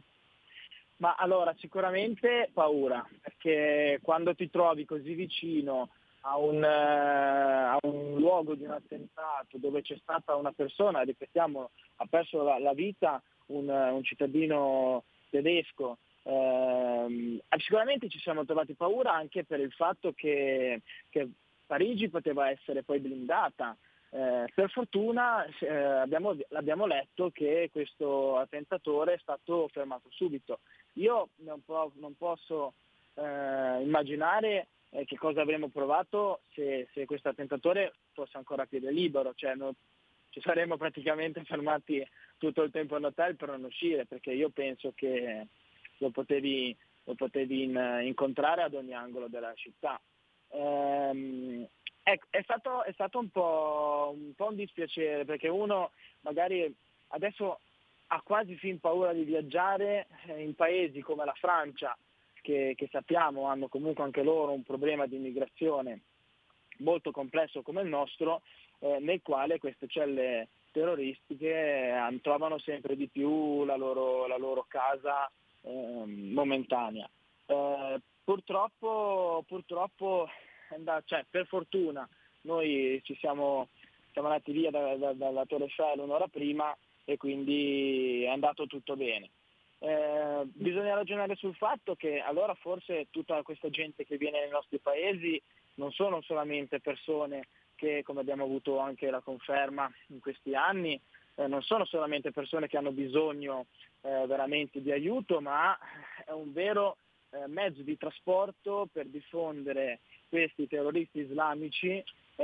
Ma allora, sicuramente paura, perché quando ti trovi così vicino a un, uh, a un luogo di un attentato dove c'è stata una persona, ripetiamo, ha perso la, la vita, un, un cittadino tedesco, Uh, sicuramente ci siamo trovati paura anche per il fatto che, che Parigi poteva essere poi blindata. Uh, per fortuna uh, abbiamo, abbiamo letto che questo attentatore è stato fermato subito. Io non, po- non posso uh, immaginare eh, che cosa avremmo provato se, se questo attentatore fosse ancora a piede libero, cioè non, ci saremmo praticamente fermati tutto il tempo in hotel per non uscire, perché io penso che lo potevi, lo potevi in, incontrare ad ogni angolo della città. Ehm, è, è, stato, è stato un po', un po' un dispiacere, perché uno magari adesso ha quasi fin paura di viaggiare in paesi come la Francia, che, che sappiamo hanno comunque anche loro un problema di immigrazione molto complesso come il nostro, eh, nel quale queste celle terroristiche eh, trovano sempre di più la loro, la loro casa Eh, momentanea. Eh, purtroppo, purtroppo cioè, per fortuna noi ci siamo, siamo andati via da, da, dalla Torre Eiffel un'ora prima e quindi è andato tutto bene. Eh, bisogna ragionare sul fatto che allora forse tutta questa gente che viene nei nostri paesi non sono solamente persone che, come abbiamo avuto anche la conferma in questi anni, Eh, non sono solamente persone che hanno bisogno eh, veramente di aiuto, ma è un vero eh, mezzo di trasporto per diffondere questi terroristi islamici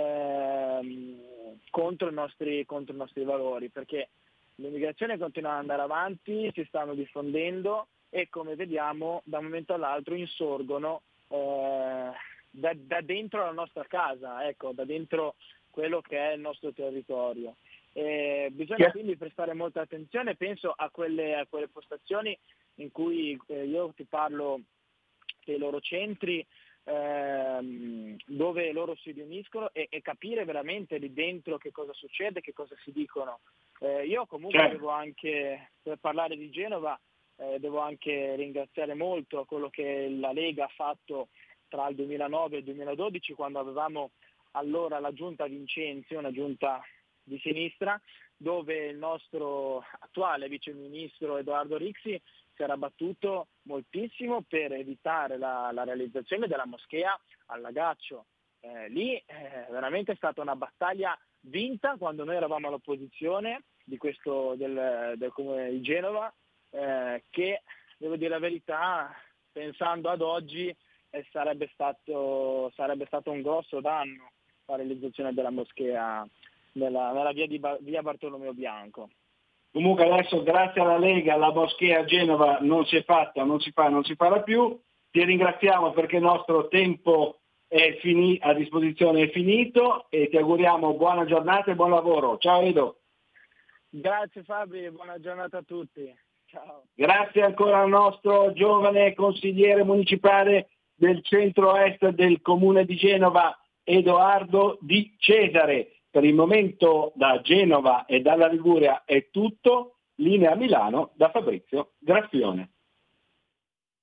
eh, contro, i nostri, contro i nostri valori, perché l'immigrazione continua ad andare avanti, si stanno diffondendo e come vediamo da un momento all'altro insorgono eh, da, da dentro la nostra casa, ecco, da dentro quello che è il nostro territorio. Eh, bisogna quindi prestare molta attenzione, penso a quelle, a quelle postazioni in cui eh, io ti parlo dei loro centri, ehm, dove loro si riuniscono e, e capire veramente lì dentro che cosa succede, che cosa si dicono. Eh, io comunque certo. devo anche, per parlare di Genova, eh, devo anche ringraziare molto quello che la Lega ha fatto tra il duemilanove e il duemiladodici, quando avevamo allora la giunta Vincenzi, una giunta di sinistra, dove il nostro attuale viceministro Edoardo Rixi si era battuto moltissimo per evitare la, la realizzazione della moschea al Lagaccio. Eh, lì eh, veramente è stata una battaglia vinta quando noi eravamo all'opposizione di questo, del, del Comune di Genova, eh, che, devo dire la verità, pensando ad oggi eh, sarebbe, stato, sarebbe stato un grosso danno la realizzazione della moschea nella, nella via di via Bartolomeo Bianco. Comunque adesso grazie alla Lega la moschea a Genova non si è fatta, non si fa, non si farà più. Ti ringraziamo perché il nostro tempo è fini, a disposizione è finito e ti auguriamo buona giornata e buon lavoro. Ciao Edo. Grazie Fabio, buona giornata a tutti. Ciao. Grazie ancora al nostro giovane consigliere municipale del centro-est del Comune di Genova, Edoardo Di Cesare. Per il momento da Genova e dalla Liguria è tutto, linea Milano da Fabrizio Graffione.